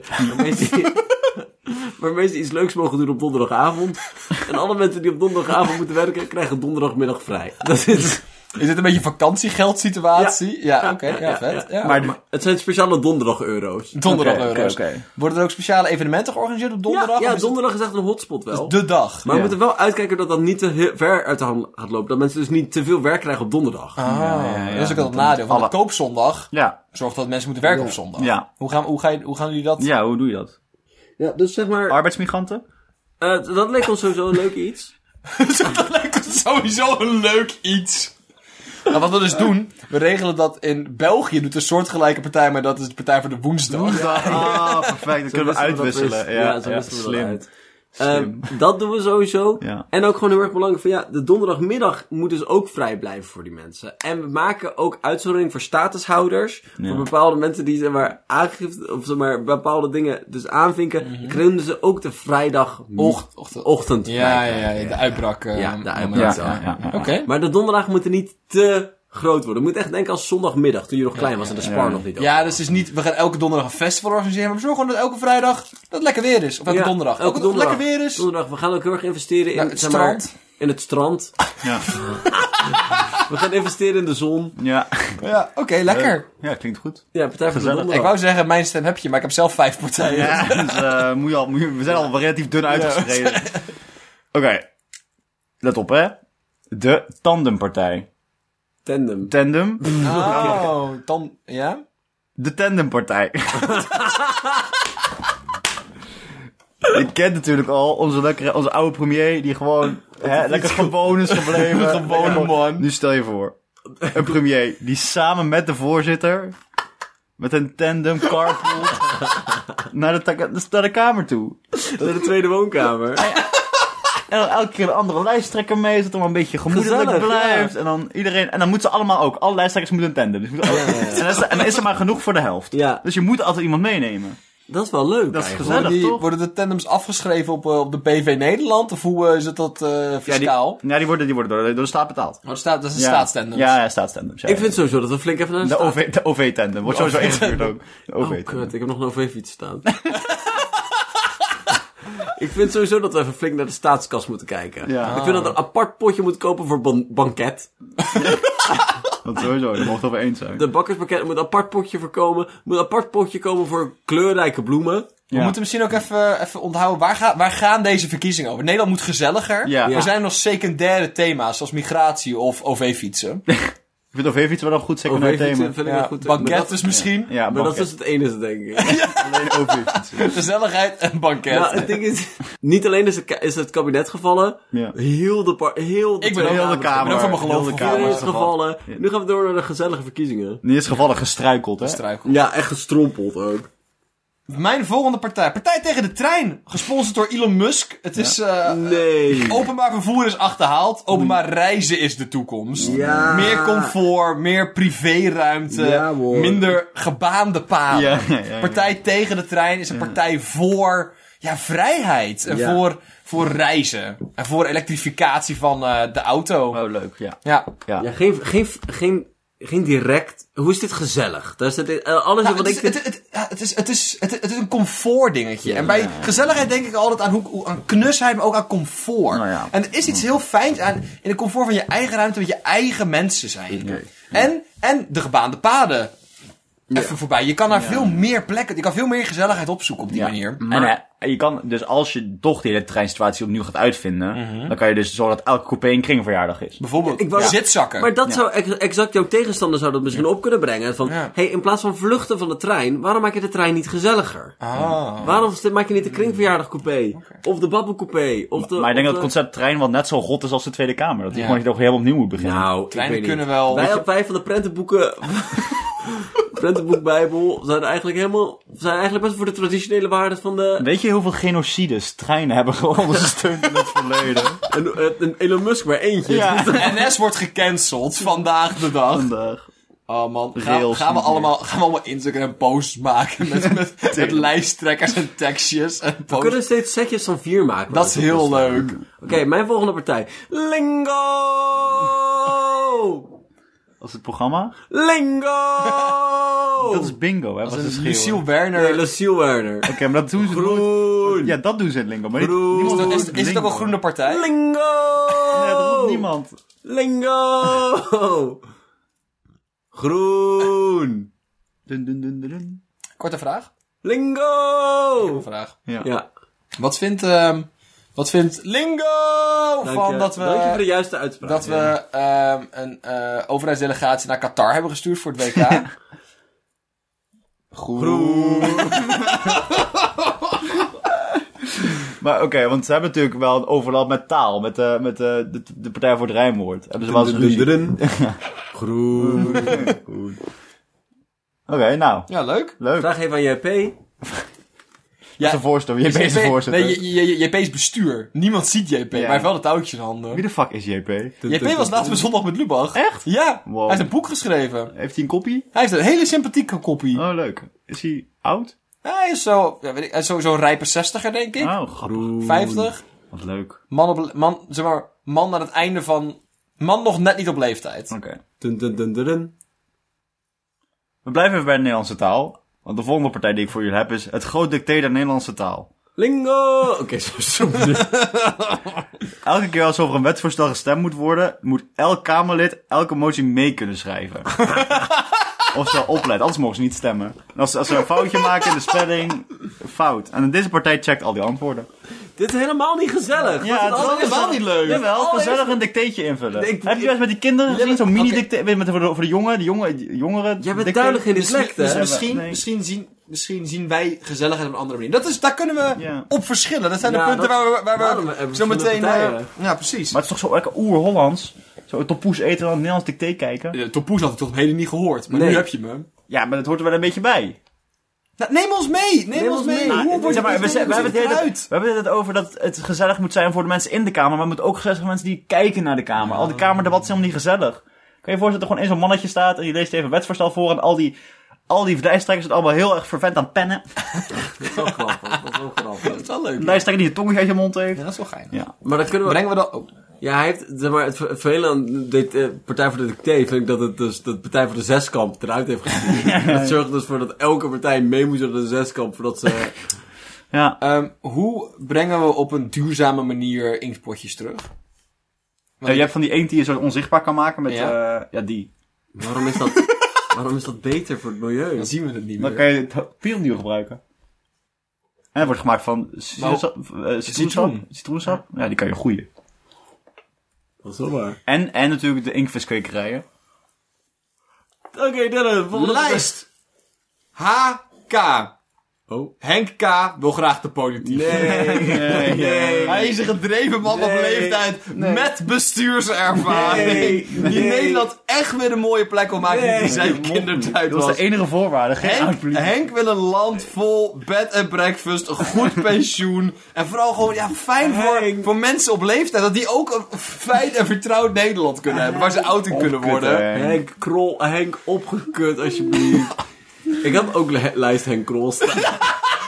Speaker 1: Waarmee ze iets leuks mogen doen op donderdagavond. En alle mensen die op donderdagavond moeten werken, krijgen donderdagmiddag vrij. Dat is...
Speaker 2: Is dit een beetje een vakantiegeldsituatie? Ja, oké. Ja, vet. Ja.
Speaker 3: Maar
Speaker 1: Het zijn speciale donderdag-euro's.
Speaker 2: Donderdag-euro's.
Speaker 3: Oké.
Speaker 2: Worden er ook speciale evenementen georganiseerd op donderdag?
Speaker 1: Ja,
Speaker 2: Of is het
Speaker 1: donderdag is echt een hotspot wel.
Speaker 2: de dag.
Speaker 1: Maar we
Speaker 3: Ja.
Speaker 1: moeten wel uitkijken dat dat niet te ver uit de hand gaat lopen. Dat mensen dus niet te veel werk krijgen op donderdag.
Speaker 2: Ah, dat is ook wel het nadeel. Want
Speaker 3: Alle-
Speaker 2: de koopzondag
Speaker 3: Ja.
Speaker 2: zorgt dat mensen moeten werken op zondag.
Speaker 3: Ja.
Speaker 2: Hoe gaan jullie dat?
Speaker 3: Ja, hoe doe je dat?
Speaker 1: Ja, dus zeg maar...
Speaker 3: Arbeidsmigranten?
Speaker 1: dat leek ons sowieso een leuk iets.
Speaker 2: Dat lijkt ons sowieso een leuk iets. Nou, wat we dus doen, we regelen dat in België doet een soortgelijke partij, maar dat is de Partij voor de Woensdag.
Speaker 3: Ah, perfect. Dan kunnen we
Speaker 1: wisten dat
Speaker 3: uitwisselen.
Speaker 1: is.
Speaker 3: Ja,
Speaker 1: zo wisten we dat
Speaker 3: slim.
Speaker 1: uit. Dat doen we sowieso.
Speaker 3: Ja.
Speaker 1: En ook gewoon heel erg belangrijk van de donderdagmiddag moet dus ook vrij blijven voor die mensen. En we maken ook uitzondering voor statushouders.
Speaker 3: Ja.
Speaker 1: Voor bepaalde mensen die aangifte of bepaalde dingen dus aanvinken. Kunnen ze ook de vrijdagochtend
Speaker 2: Ja, de uitbraak.
Speaker 1: de uitbraak.
Speaker 3: Ja.
Speaker 2: Oké.
Speaker 1: Maar de donderdag moeten niet te groot worden. Je moet echt denken als zondagmiddag, toen je nog klein was en de spar nog niet
Speaker 2: Ja, dus het is niet, we gaan elke donderdag een festival organiseren, maar we zorgen gewoon dat elke vrijdag dat het lekker weer is. Of elke donderdag.
Speaker 1: Elke donderdag.
Speaker 2: Lekker weer is.
Speaker 1: Donderdag, we gaan ook heel erg investeren in
Speaker 2: het strand.
Speaker 1: In het strand.
Speaker 3: Ja.
Speaker 1: We gaan investeren in de zon.
Speaker 3: Ja.
Speaker 2: Ja, oké, lekker.
Speaker 3: Ja, klinkt goed.
Speaker 1: Ja, Partij voor de
Speaker 3: Gezellig.
Speaker 1: Donderdag.
Speaker 2: Ik wou zeggen, mijn stem heb je, maar ik heb zelf 5 partijen.
Speaker 3: Ja, dus, we zijn al relatief dun uitgeschreven. Oké. Let op, hè. De tandempartij. Tandem.
Speaker 2: Oh, dan, ja?
Speaker 3: De tandempartij. Je kent natuurlijk al onze oude premier, die gewoon lekker gewoon is gebleven.
Speaker 2: Gewone man.
Speaker 3: Nu stel je voor, een premier die samen met de voorzitter met een tandem carpool naar de kamer toe.
Speaker 1: Naar de tweede woonkamer.
Speaker 3: En dan elke keer een andere lijsttrekker mee, zodat het maar een beetje gemoedelijk
Speaker 1: Gezellig,
Speaker 3: blijft.
Speaker 1: ja.
Speaker 3: En dan iedereen, en dan moeten ze allemaal ook, alle lijsttrekkers moeten een tandem. Dus en dan is er maar genoeg voor de helft.
Speaker 1: Ja.
Speaker 3: Dus je moet altijd iemand meenemen.
Speaker 1: Dat is wel leuk
Speaker 3: Dat is
Speaker 1: eigenlijk.
Speaker 3: gezellig, toch?
Speaker 2: Worden de tandems afgeschreven op de BV Nederland? Of hoe is het dat fiscaal?
Speaker 3: Die worden door de staat betaald.
Speaker 2: Dat is een staatstandem.
Speaker 3: Ja, staatstandems. Ja,
Speaker 1: Ik vind sowieso dat we flink even naar
Speaker 3: de OV-tandem. Wordt sowieso ingevoerd ook. De
Speaker 1: Oh,
Speaker 3: OV-tandem.
Speaker 1: kut, ik heb nog een OV-fiets staan. Ik vind sowieso dat we even flink naar de staatskas moeten kijken.
Speaker 3: Ja.
Speaker 1: Ik vind dat er een apart potje moet kopen voor banket.
Speaker 3: Dat sowieso, daar mocht het over eens zijn.
Speaker 1: De bakkerspakket moet een apart potje voor komen. Er moet een apart potje komen voor kleurrijke bloemen.
Speaker 2: We moeten misschien ook even onthouden, waar gaan deze verkiezingen over? Nederland moet gezelliger.
Speaker 3: Ja.
Speaker 2: Er zijn nog secundaire thema's, zoals migratie of OV-fietsen.
Speaker 3: Ik vind OV-fietsen wel een goed secundair thema.
Speaker 1: OV-fietsen vind ik wel goed.
Speaker 2: Banket dus misschien.
Speaker 3: Ja,
Speaker 1: Maar dat
Speaker 3: banket.
Speaker 1: is het enige, denk ik.
Speaker 3: Alleen OV-fietsen.
Speaker 2: Gezelligheid en banket.
Speaker 1: Nou, het ding is, niet alleen is het kabinet gevallen,
Speaker 3: Ja.
Speaker 1: heel de
Speaker 2: Ik ben ook
Speaker 3: Heel de kamer.
Speaker 2: Ik ben ook van mijn geloof
Speaker 3: Heel de
Speaker 2: gevallen.
Speaker 1: Iedereen is gevallen. Nu gaan we door naar de gezellige verkiezingen.
Speaker 3: In eerste gevallen gestruikeld, hè?
Speaker 2: Struikel.
Speaker 1: Ja, echt gestrompeld ook.
Speaker 2: Mijn volgende partij. Partij tegen de trein. Gesponsord door Elon Musk. Het is...
Speaker 1: Nee.
Speaker 2: Openbaar vervoer is achterhaald. Openbaar reizen is de toekomst.
Speaker 1: Ja.
Speaker 2: Meer comfort, meer privéruimte,
Speaker 1: Ja, hoor.
Speaker 2: minder gebaande paden.
Speaker 3: Ja.
Speaker 2: Partij tegen de trein is een partij voor vrijheid. En
Speaker 1: Ja.
Speaker 2: voor reizen. En voor elektrificatie van de auto.
Speaker 3: Oh, leuk, ja.
Speaker 2: Ja.
Speaker 3: Ja.
Speaker 1: Ja, geen direct. Hoe is dit gezellig? Daar is alles
Speaker 2: Nou,
Speaker 1: wat ik vind.
Speaker 2: het is een comfort dingetje. En bij gezelligheid denk ik altijd aan knusheid, maar ook aan comfort.
Speaker 3: Nou ja.
Speaker 2: En er is iets heel fijns aan in de comfort van je eigen ruimte met je eigen mensen zijn.
Speaker 3: Okay.
Speaker 2: En de gebaande paden. Even voorbij. Je kan daar veel meer plekken, je kan veel meer gezelligheid opzoeken op die manier.
Speaker 3: En je kan dus, als je toch die hele treinsituatie opnieuw gaat uitvinden, dan kan je dus zorgen dat elke coupé een kringverjaardag is.
Speaker 2: Bijvoorbeeld
Speaker 1: Ik wou-
Speaker 2: zitzakken.
Speaker 1: Maar dat zou exact jouw tegenstander zou dat misschien op kunnen brengen. Van,
Speaker 2: Ja.
Speaker 1: hey, in plaats van vluchten van de trein, waarom maak je de trein niet gezelliger?
Speaker 2: Ah.
Speaker 1: Waarom maak je niet de kringverjaardagcoupé? Of de babbelcoupé? Of de,
Speaker 3: Maar ik denk
Speaker 1: of
Speaker 3: dat het concept trein wel net zo rot is als de Tweede Kamer. Dat die
Speaker 2: Ja.
Speaker 3: gewoon niet helemaal opnieuw moet beginnen.
Speaker 1: Nou,
Speaker 2: Treinen
Speaker 1: ik weet
Speaker 2: kunnen
Speaker 1: niet.
Speaker 2: wel...
Speaker 1: Wij van de prentenboeken... prentenboekbijbel zijn eigenlijk best voor de traditionele waarden van de...
Speaker 3: Weet je hoeveel genocides treinen hebben gewoon ondersteund in het verleden?
Speaker 1: En Elon Musk maar eentje.
Speaker 3: Ja.
Speaker 2: NS wordt gecanceld vandaag de dag.
Speaker 3: Vandaag.
Speaker 2: Oh man,
Speaker 3: Rails
Speaker 2: gaan we
Speaker 3: niet meer.
Speaker 2: allemaal Instagram posts maken met lijsttrekkers en tekstjes en
Speaker 1: We
Speaker 2: posts.
Speaker 1: kunnen steeds setjes van 4 maken.
Speaker 2: Dat is heel leuk.
Speaker 1: Oké, mijn volgende partij. Lingo!
Speaker 3: Als het programma?
Speaker 1: Lingo!
Speaker 3: Dat is bingo, hè? Wat is
Speaker 2: Lucille Werner.
Speaker 1: Nee, Lucille Werner.
Speaker 3: Oké, maar dat doen ze
Speaker 1: Groen.
Speaker 3: Ja, dat doen ze in Lingo. Maar
Speaker 1: Groen.
Speaker 3: niemand
Speaker 2: Is
Speaker 3: roept
Speaker 2: het ook een
Speaker 3: Lingo.
Speaker 2: groene partij?
Speaker 1: Lingo!
Speaker 3: Nee, dat roept niemand.
Speaker 1: Lingo! Groen!
Speaker 3: Dun, dun, dun, dun, dun.
Speaker 2: Korte vraag.
Speaker 1: Lingo!
Speaker 2: Vraag.
Speaker 3: Ja.
Speaker 1: Ja,
Speaker 2: Wat vindt Lingo van dat
Speaker 1: dank je voor de
Speaker 2: we
Speaker 1: juiste uitspraak.
Speaker 2: dat we een overheidsdelegatie naar Qatar hebben gestuurd voor het WK?
Speaker 1: Groen.
Speaker 3: Maar oké, want ze hebben natuurlijk wel een overlap met taal. Met de Partij voor het Rijnwoord. Hebben ze wel eens ruzie.
Speaker 1: Groen.
Speaker 3: Oké, nou.
Speaker 2: Ja, leuk.
Speaker 3: Leuk.
Speaker 1: Vraag even aan JP.
Speaker 3: is de voorzitter. JP is de voorzitter.
Speaker 2: Nee, JP is bestuur. Niemand ziet JP, maar hij heeft wel de touwtjes in handen.
Speaker 3: Wie de fuck is JP?
Speaker 2: JP was laatst bij Zondag met Lubach.
Speaker 3: Echt?
Speaker 2: Ja,
Speaker 3: Wow.
Speaker 2: hij heeft een boek geschreven.
Speaker 3: Heeft hij een kopie?
Speaker 2: Hij heeft een hele sympathieke kopie.
Speaker 3: Oh, leuk. Is hij oud?
Speaker 2: Hij is zo, ja, weet ik, hij is zo'n rijpe 60er, denk ik.
Speaker 3: Oh, grappig.
Speaker 2: 50.
Speaker 3: Wat leuk.
Speaker 2: Man aan het einde van... Man nog net niet op leeftijd.
Speaker 3: Oké.
Speaker 1: Dun, dun, dun, dun, dun.
Speaker 3: We blijven even bij de Nederlandse taal. Want de volgende partij die ik voor jullie heb is het groot dicté der Nederlandse taal.
Speaker 1: Lingo! Oké, zo.
Speaker 3: Elke keer als over een wetsvoorstel gestemd moet worden, moet elk Kamerlid elke motie mee kunnen schrijven. Of ze opletten, anders mogen ze niet stemmen. En als ze een foutje maken in de spelling, fout. En deze partij checkt al die antwoorden.
Speaker 1: Dit is helemaal niet gezellig.
Speaker 3: Ja, het is helemaal niet leuk. Jawel, gezellig een dictaatje invullen. Heb je juist met die kinderen gezien? Zo'n mini-dictaat, voor de jongeren.
Speaker 1: Jij bent duidelijk geen dyslect, hè?
Speaker 2: Misschien zien wij gezelligheid op een andere manier. Daar kunnen we op verschillen. Dat zijn de punten waar we zo meteen... ja, precies.
Speaker 3: Maar het is toch zo lekker oer-Hollands? Zo toppoes eten en een Nederlands dicté kijken?
Speaker 2: Toppoes had ik tot op heden niet gehoord. Maar nu heb je me.
Speaker 3: Ja, maar dat hoort er wel een beetje bij.
Speaker 2: Nou, neem ons mee! Neem ons mee!
Speaker 3: We hebben het over dat het gezellig moet zijn voor de mensen in de kamer, maar het moet ook gezellig zijn voor mensen die kijken naar de kamer. Al die kamerdebatten zijn helemaal niet gezellig. Kan je voorstellen dat er gewoon één zo'n mannetje staat en die leest even een wetsvoorstel voor en al die lijsttrekkers zijn allemaal heel erg vervent aan het pennen.
Speaker 1: Dat is wel grappig.
Speaker 2: Dat is wel leuk.
Speaker 3: Een lijsttrekker die een tongetje uit je mond heeft.
Speaker 2: Ja, dat is wel geinig.
Speaker 3: Ja.
Speaker 1: Maar dan kunnen we...
Speaker 2: Brengen we dat... Oh.
Speaker 1: Ja, hij heeft, zeg maar, het vervelende aan de Partij voor de Dicté vind ik dat het dus de Partij voor de Zeskamp eruit heeft gezien. Dat zorgt dus voor dat elke partij mee moet naar de Zeskamp voordat ze...
Speaker 3: Ja.
Speaker 2: Hoe brengen we op een duurzame manier inkpotjes terug?
Speaker 3: Je hebt van die eend die je zo onzichtbaar kan maken met, die.
Speaker 1: Waarom is dat beter voor het milieu?
Speaker 2: Dan zien we het niet
Speaker 3: Dan
Speaker 2: meer.
Speaker 3: kan je het pielnieuw gebruiken. En het wordt gemaakt van citroensap. Ja, die kan je groeien.
Speaker 1: Dat is wel waar.
Speaker 3: En natuurlijk de inktviskwekerijen.
Speaker 1: Oké, Dylan, volgende
Speaker 2: Lijst! HK.
Speaker 1: Oh.
Speaker 2: Henk K. wil graag de politiek.
Speaker 3: Nee.
Speaker 2: Hij is een gedreven man op leeftijd met bestuurservaring. Die Nederland echt weer een mooie plek wil maken die zijn kindertijd
Speaker 3: Dat was de enige voorwaarde. Geen oud-politie.
Speaker 2: Henk wil een land vol bed en breakfast, een goed pensioen. En vooral gewoon fijn voor mensen op leeftijd. Dat die ook een fijn en vertrouwd Nederland kunnen hebben. Waar ze oud in kunnen worden.
Speaker 1: Henk opgekut alsjeblieft. Ik had ook lijst Henk Krol staan.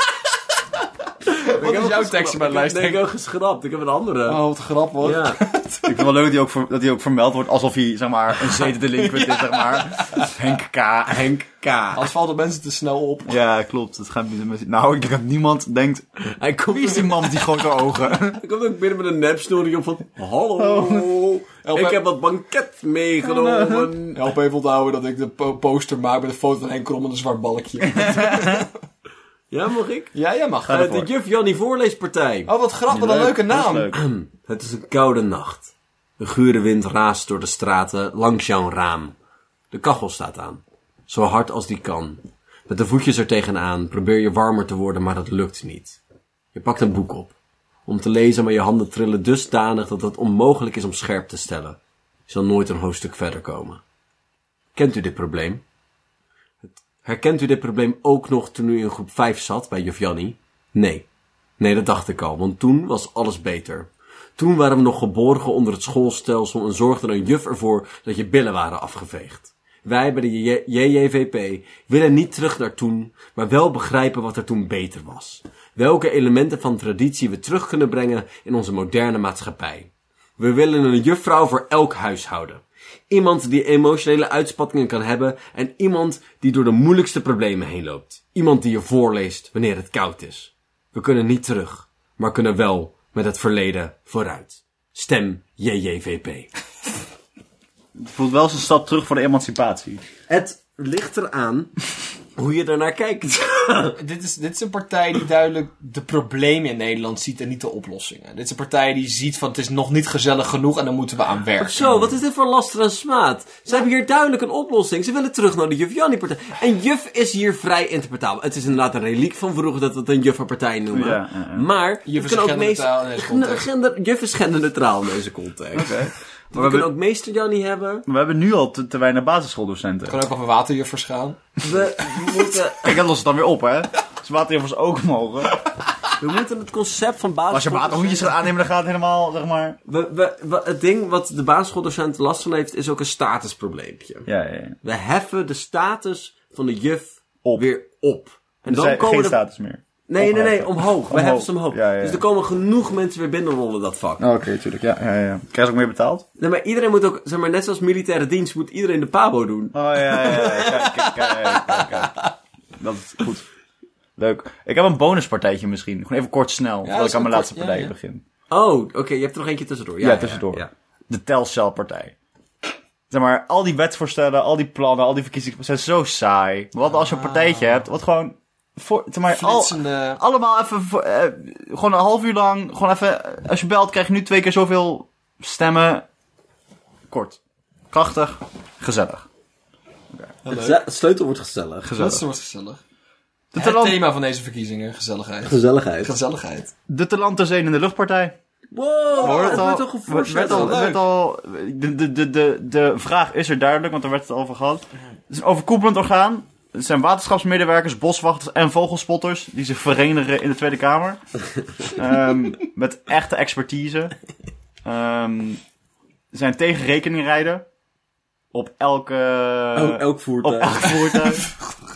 Speaker 2: Wat is jouw tekstje bij de lijst?
Speaker 1: Ik heb ook geschrapt. Ik heb een andere.
Speaker 2: Oh, wat grappig.
Speaker 1: Ja.
Speaker 3: Ik vind het wel leuk dat hij ook vermeld wordt alsof hij, zeg maar, een zedendelinquent is, zeg maar. Henk K.
Speaker 2: Als valt de mensen te snel op.
Speaker 3: Ja, klopt. Dat gaat nou, ik denk dat niemand denkt, wie is die man met die grote ogen?
Speaker 1: Hij komt ook binnen met een nepstory op van... Hallo, ik heb wat banket meegenomen.
Speaker 2: Help even onthouden dat ik de poster maak met een foto van Henk Krol met een zwart balkje.
Speaker 1: Ja, mag ik?
Speaker 2: Ja, jij mag.
Speaker 1: De Juf Jannie Voorleespartij.
Speaker 2: Oh, wat grappig, wat een leuke naam.
Speaker 1: Het is een koude nacht. De gure wind raast door de straten langs jouw raam. De kachel staat aan. Zo hard als die kan. Met de voetjes er tegenaan probeer je warmer te worden, maar dat lukt niet. Je pakt een boek op. Om te lezen, maar je handen trillen dusdanig dat het onmogelijk is om scherp te stellen. Je zal nooit een hoofdstuk verder komen. Kent u dit probleem? Herkent u dit probleem ook nog toen u in groep 5 zat bij juf Jannie? Nee, dat dacht ik al, want toen was alles beter. Toen waren we nog geborgen onder het schoolstelsel en zorgde een juf ervoor dat je billen waren afgeveegd. Wij bij de JJVP willen niet terug naar toen, maar wel begrijpen wat er toen beter was. Welke elementen van traditie we terug kunnen brengen in onze moderne maatschappij. We willen een juffrouw voor elk huishouden. Iemand die emotionele uitspattingen kan hebben en iemand die door de moeilijkste problemen heen loopt. Iemand die je voorleest wanneer het koud is. We kunnen niet terug, maar kunnen wel met het verleden vooruit. Stem JJVP.
Speaker 3: Het voelt wel eens een stap terug voor de emancipatie.
Speaker 1: Het ligt eraan hoe je ernaar kijkt.
Speaker 2: Dit is een partij die duidelijk de problemen in Nederland ziet en niet de oplossingen. Dit is een partij die ziet van het is nog niet gezellig genoeg en daar moeten we aan werken.
Speaker 1: Zo, wat is dit voor laster en smaad? Ze hebben hier duidelijk een oplossing. Ze willen terug naar de Juf Jannie partij. En juf is hier vrij interpretabel. Het is inderdaad een reliek van vroeger dat we het een jufferpartij noemen. Ja.
Speaker 2: Maar juf is genderneutraal in deze context.
Speaker 1: Juf is genderneutraal in deze context.
Speaker 3: Okay.
Speaker 1: We kunnen ook meester Jannie hebben.
Speaker 3: We hebben nu al te weinig basisschooldocenten.
Speaker 2: Het kan ook over waterjuffers gaan.
Speaker 1: We moeten...
Speaker 3: Ik los het dan weer op, hè. waterjuffers ook mogen.
Speaker 1: We moeten het concept van
Speaker 3: Als je waterhoedjes gaat aannemen, dan gaat het helemaal, zeg maar...
Speaker 1: Het ding wat de basisschooldocent last van heeft, is ook een statusprobleempje.
Speaker 3: Ja.
Speaker 1: We heffen de status van de juf
Speaker 3: Op.
Speaker 1: weer op. En
Speaker 3: Dus
Speaker 1: dan komen
Speaker 3: geen
Speaker 1: er...
Speaker 3: status meer.
Speaker 1: Nee, omhoog. We heffen ze omhoog.
Speaker 3: Ja.
Speaker 1: Dus er komen genoeg mensen weer binnenrollen dat vak.
Speaker 3: Oké, tuurlijk. Ja. Krijg je ook meer betaald?
Speaker 1: Nee, maar iedereen moet ook, zeg maar, net zoals militaire dienst, moet iedereen de pabo doen.
Speaker 3: Oh, ja. Kijk. Dat is goed. Leuk. Ik heb een bonuspartijtje misschien. Gewoon even kort snel, voordat ik aan mijn laatste partij begin.
Speaker 1: Oh, oké, je hebt er nog eentje tussendoor.
Speaker 3: Ja, tussendoor. Ja. De Telcelpartij. Zeg maar, al die wetsvoorstellen, al die plannen, al die verkiezingen zijn zo saai. Maar wat als je een partijtje hebt, wat gewoon... allemaal even... gewoon een half uur lang, gewoon even... Als je belt, krijg je nu 2 keer zoveel stemmen. Kort. Krachtig. Gezellig.
Speaker 1: Het sleutelwoord gezellig.
Speaker 2: Dat wordt gezellig. Het thema van deze verkiezingen, gezelligheid.
Speaker 3: De Te Land Ter Zee in de Luchtpartij.
Speaker 1: Wow, het werd al gevoerd.
Speaker 3: De vraag is er duidelijk, want er werd het over gehad. Het is een overkoepelend orgaan. Het zijn waterschapsmedewerkers, boswachters en vogelspotters die zich verenigen in de Tweede Kamer. Met echte expertise. Zijn tegen rekeningrijden. Op elk
Speaker 1: voertuig.
Speaker 3: Op elk voertuig.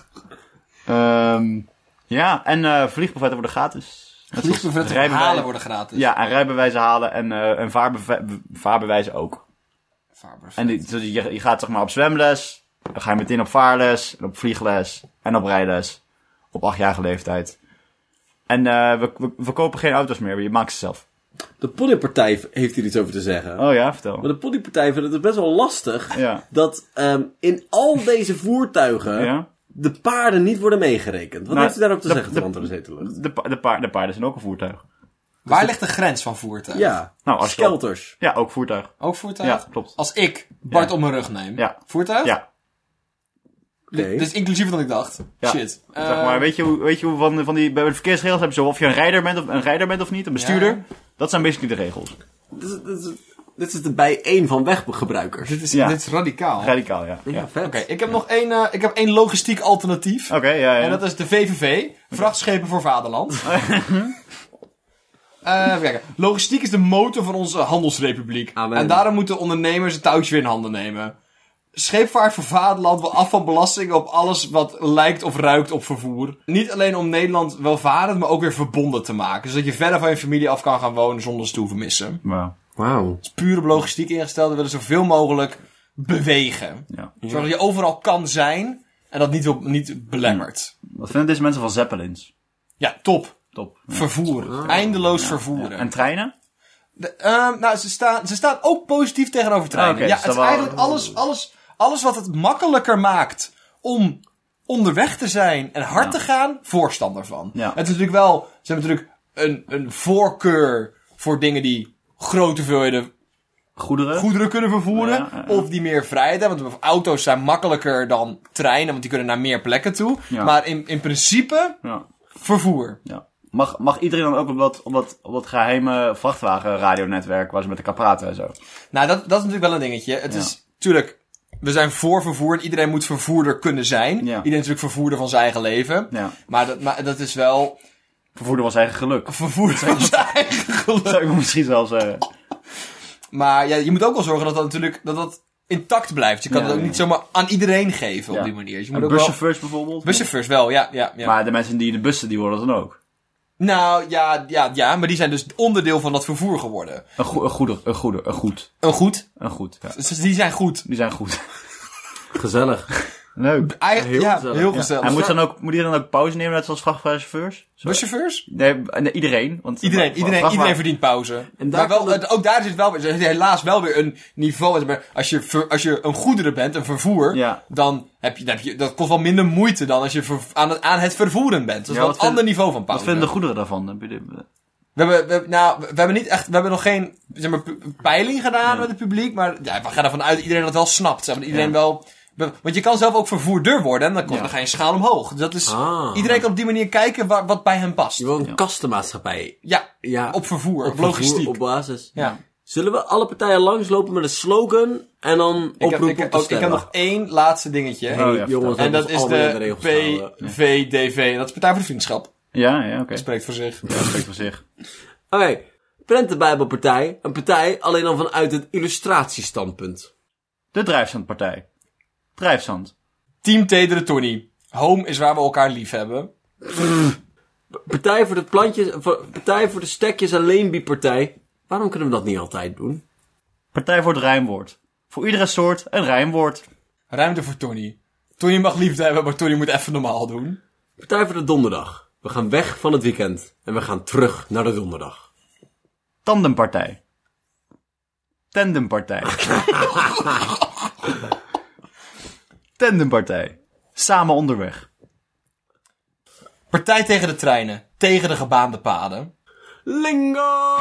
Speaker 3: Ja, en vliegbuffetten worden gratis.
Speaker 2: Vliegbuffetten halen worden gratis.
Speaker 3: Ja, en rijbewijzen halen en vaarbewijzen ook. En je gaat zeg maar op zwemles, dan ga je meteen op vaarles, en op vliegles en op rijles. Op 8-jarige leeftijd. En we kopen geen auto's meer, je maakt ze zelf.
Speaker 1: De ponypartij heeft hier iets over te zeggen.
Speaker 3: Oh ja, vertel.
Speaker 1: Maar de ponypartij vindt het best wel lastig dat in al deze voertuigen de paarden niet worden meegerekend. Wat heeft u daarop te zeggen, Twan van de Zetellucht?
Speaker 3: De paarden zijn ook een voertuig.
Speaker 2: Waar ligt de grens van voertuig?
Speaker 1: Ja, als skelters.
Speaker 3: Ja, ook voertuig.
Speaker 2: Ook voertuig?
Speaker 3: Ja, klopt.
Speaker 2: Als ik Bart op mijn rug neem. Ja. Voertuig?
Speaker 3: Ja.
Speaker 2: Okay. Dus inclusiever dan ik dacht. Ja. Shit.
Speaker 3: Zeg maar, weet je hoe van die bij de verkeersregels hebben ze of je een rijder bent of niet, een bestuurder. Ja. Dat zijn basically de regels.
Speaker 1: Dit is de bijeen van weggebruikers.
Speaker 2: Dit is radicaal.
Speaker 3: Radicaal, ja.
Speaker 2: Oké, ik heb nog één logistiek alternatief.
Speaker 3: Oké, ja.
Speaker 2: En dat is de VVV. Vrachtschepen voor Vaderland. Even kijken. Logistiek is de motor van onze handelsrepubliek. Amen. En daarom moeten ondernemers het touwtje weer in handen nemen. Scheepvaart voor Vaderland wil af van belastingen op alles wat lijkt of ruikt op vervoer. Niet alleen om Nederland welvarend, maar ook weer verbonden te maken. Zodat je verder van je familie af kan gaan wonen zonder ze te hoeven missen.
Speaker 3: Wauw.
Speaker 2: Het is puur op logistiek ingesteld. We willen zoveel mogelijk bewegen. Ja. Zodat je overal kan zijn en dat niet belemmert.
Speaker 3: Wat vinden deze mensen van zeppelins?
Speaker 2: Ja, top.
Speaker 3: Ja.
Speaker 2: Vervoer. Eindeloos vervoeren.
Speaker 3: Ja. En treinen?
Speaker 2: Ze staan ook positief tegenover treinen. Okay, het is eigenlijk alles wat het makkelijker maakt om onderweg te zijn en hard te gaan, voorstander van. Ja. Het is natuurlijk wel, ze hebben natuurlijk een voorkeur voor dingen die grote hoeveelheden goederen kunnen vervoeren. Ja. Of die meer vrijheid hebben. Want auto's zijn makkelijker dan treinen, want die kunnen naar meer plekken toe. Ja. Maar in principe, vervoer. Ja.
Speaker 3: Mag iedereen dan ook op dat geheime vrachtwagenradionetwerk waar ze met elkaar praten en zo?
Speaker 2: Nou, dat is natuurlijk wel een dingetje. Het is natuurlijk, we zijn voor vervoer en iedereen moet vervoerder kunnen zijn. Ja. Iedereen is natuurlijk vervoerder van zijn eigen leven. Ja. Maar dat is wel...
Speaker 3: Vervoerder van zijn eigen geluk.
Speaker 2: Vervoerder van zijn eigen geluk.
Speaker 3: Zou ik misschien zelfs zeggen.
Speaker 2: Maar ja, je moet ook wel zorgen dat intact blijft. Je kan het ook niet zomaar aan iedereen geven op die manier. Dus je moet ook
Speaker 3: buschauffeurs bijvoorbeeld?
Speaker 2: Buschauffeurs wel, ja.
Speaker 3: Maar de mensen die in de bussen, die worden dan ook?
Speaker 2: Nou, ja, maar die zijn dus onderdeel van dat vervoer geworden.
Speaker 3: Een goed.
Speaker 2: Een goed?
Speaker 3: Een goed, ja.
Speaker 2: Dus die zijn goed.
Speaker 3: Die zijn goed.
Speaker 1: Gezellig.
Speaker 3: Leuk.
Speaker 2: Heel gezellig.
Speaker 3: En moet hij dan ook pauze nemen, net zoals vrachtwagenchauffeurs?
Speaker 2: Buschauffeurs?
Speaker 3: Nee, iedereen. Want
Speaker 2: iedereen verdient pauze. En ook daar zit helaas wel weer een niveau. Als je een goederen bent, een vervoer, dan heb je, dat kost wel minder moeite dan als je aan het vervoeren bent. Dat is wel een ander niveau van pauze.
Speaker 3: Wat vinden de goederen daarvan?
Speaker 2: We hebben nog geen peiling gedaan met het publiek, maar we gaan ervan uit dat iedereen dat wel snapt. Iedereen wel... Want je kan zelf ook vervoerder worden en dan ga je een schaal omhoog. Dus dat is, iedereen kan op die manier kijken wat bij hem past.
Speaker 1: Je wil een kastenmaatschappij.
Speaker 2: Ja, op vervoer, op logistiek.
Speaker 1: Op basis.
Speaker 2: Ja.
Speaker 1: Zullen we alle partijen langslopen met een slogan en dan oproepen om te stemmen?
Speaker 2: Ik heb nog 1 laatste dingetje.
Speaker 1: Hey, jongens,
Speaker 2: en dat is de PVDV. Dat is Partij voor de Vriendschap.
Speaker 3: Ja, oké.
Speaker 2: Dat spreekt voor zich.
Speaker 3: Ja, dat spreekt voor zich.
Speaker 1: Oké, Prentenbijbelpartij. Een partij alleen dan vanuit het illustratiestandpunt.
Speaker 3: De Drijfzandpartij. Drijfzand.
Speaker 2: Team Tedere Tony. Home is waar we elkaar lief hebben.
Speaker 1: Partij voor de partij voor de stekjes en leenbiedpartij. Waarom kunnen we dat niet altijd doen?
Speaker 3: Partij voor het rijmwoord. Voor iedere soort een rijmwoord.
Speaker 2: Ruimte voor Tony. Tony mag liefde hebben, maar Tony moet even normaal doen.
Speaker 1: Partij voor de donderdag. We gaan weg van het weekend. En we gaan terug naar de donderdag.
Speaker 3: Tandempartij. Tandempartij. Tandempartij. Samen onderweg.
Speaker 2: Partij tegen de treinen. Tegen de gebaande paden.
Speaker 1: Lingo!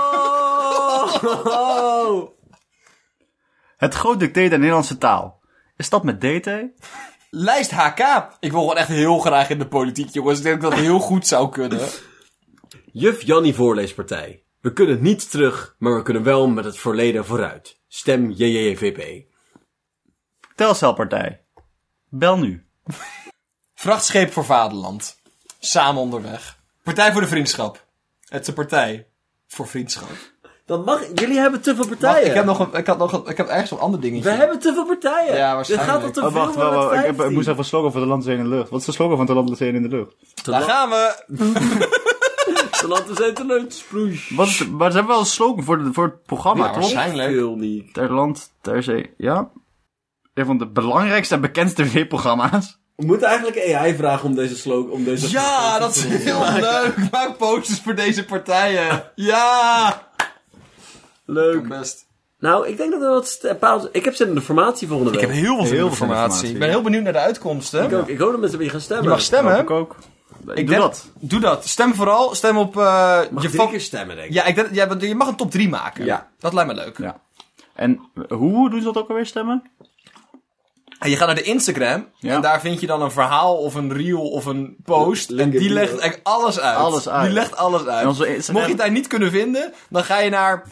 Speaker 3: Het groot dicté der Nederlandse taal. Is dat met DT?
Speaker 2: Lijst HK. Ik wil gewoon echt heel graag in de politiek, jongens. Ik denk dat dat heel goed zou kunnen.
Speaker 1: Juf Jannie Voorleespartij. We kunnen niet terug, maar we kunnen wel met het verleden vooruit. Stem JJVP.
Speaker 3: Telcelpartij. Bel nu.
Speaker 2: Vrachtscheep voor Vaderland. Samen onderweg. Partij voor de Vriendschap. Het is een partij voor vriendschap.
Speaker 1: Dat mag. Jullie hebben te veel partijen.
Speaker 2: Wacht, ik heb ergens een ander dingetje.
Speaker 1: We hebben te veel partijen.
Speaker 2: Ja, waarschijnlijk.
Speaker 1: Dit gaat tot te veel.
Speaker 3: Wacht, ik moest even een slogan voor de land zijn in de lucht. Wat is de slogan van de land zijn in de lucht?
Speaker 2: Daar gaan we.
Speaker 1: De land zijn te leuk. Sproes.
Speaker 3: Maar ze hebben wel een slogan voor het programma,
Speaker 2: Ja,
Speaker 3: toch?
Speaker 2: waarschijnlijk.
Speaker 1: Veel niet.
Speaker 3: Ter land, ter zee, ja. Een van de belangrijkste en bekendste tv-programma's.
Speaker 1: We moeten eigenlijk AI vragen om deze slogan.
Speaker 2: Ja, dat is heel leuk. Maak posters voor deze partijen. Ja.
Speaker 1: Leuk.
Speaker 2: Best.
Speaker 1: Nou, ik denk dat er wat ik heb zin in de formatie volgende week.
Speaker 2: Ik heb heel veel
Speaker 3: veel
Speaker 2: informatie.
Speaker 3: informatie.
Speaker 2: Ik ben heel benieuwd naar de uitkomsten.
Speaker 1: Ik ook. Ik hoop dat mensen weer gaan stemmen.
Speaker 2: Je mag stemmen.
Speaker 3: Ik ook.
Speaker 2: Ik
Speaker 3: Doe dat.
Speaker 2: Doe dat. Stem vooral. Stem op
Speaker 1: Mag
Speaker 2: je
Speaker 1: 3 keer stemmen, denk ik.
Speaker 2: Ja, je mag een top 3 maken.
Speaker 1: Ja.
Speaker 2: Dat lijkt me leuk.
Speaker 3: Ja. En hoe doen ze dat ook alweer stemmen?
Speaker 2: En je gaat naar de Instagram.
Speaker 3: Ja.
Speaker 2: En daar vind je dan een verhaal of een reel of een post. En die legt eigenlijk alles uit.
Speaker 3: Alles uit.
Speaker 2: Die legt alles uit.
Speaker 3: En onze Instagram-
Speaker 2: Mocht je het daar niet kunnen vinden, dan ga je naar...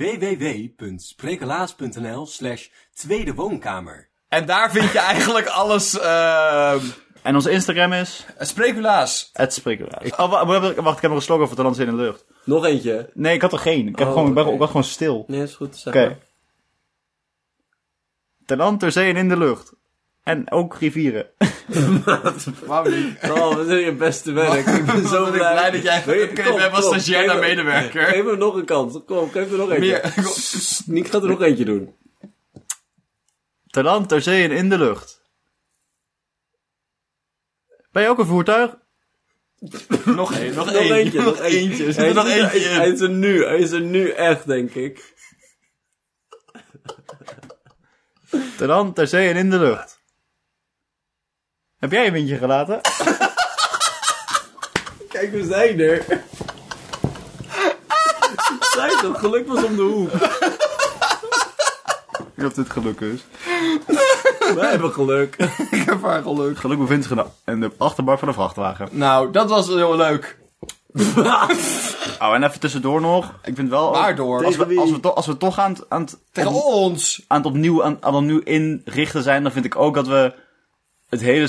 Speaker 1: www.sprekelaars.nl/tweede woonkamer.
Speaker 2: En daar vind je eigenlijk alles...
Speaker 3: En onze Instagram is...
Speaker 2: Spreculaas.
Speaker 3: @sprekelaars. Wacht, ik heb nog een slogan voor de land zijn in de lucht.
Speaker 1: Nog eentje.
Speaker 3: Nee, ik had er geen. Ik, heb
Speaker 1: Oh,
Speaker 3: ik
Speaker 1: oké.
Speaker 3: was gewoon stil.
Speaker 1: Nee, is goed. Zeg
Speaker 3: Oké.
Speaker 1: maar.
Speaker 3: Ter land, ter zee en in de lucht. En ook rivieren.
Speaker 2: Waarom niet?
Speaker 1: Oh, wat is je beste werk. Ik ben zo
Speaker 2: Wat ben ik blij dat jij upgrade bent van stagiair naar medewerker.
Speaker 1: Geef hem nog een kans. Kom, geef er nog eentje.
Speaker 2: Meer.
Speaker 1: Ik ga er nog eentje doen.
Speaker 3: Ter land, ter zee en in de lucht. Ben je ook een voertuig?
Speaker 2: Nog één. Nog
Speaker 1: Nog
Speaker 2: één.
Speaker 1: eentje.
Speaker 2: Nog eentje. Er zit er nog eentje in.
Speaker 1: Hij is er nu. Hij is er nu echt, denk ik.
Speaker 3: Ter land, ter zee en in de lucht. Heb jij een windje gelaten?
Speaker 1: Kijk, we zijn er. Ik zei het, geluk was om de hoek.
Speaker 3: Ik hoop dat dit geluk is.
Speaker 1: Wij hebben geluk.
Speaker 2: Ik heb haar geluk.
Speaker 3: Geluk bevindt zich in de achterbak van de vrachtwagen.
Speaker 2: Nou, dat was heel leuk.
Speaker 3: Oh, en even tussendoor nog. Ik vind wel...
Speaker 2: Waardoor?
Speaker 3: Als we toch aan het
Speaker 2: Tegen ons.
Speaker 3: opnieuw inrichten zijn, dan vind ik ook dat we het hele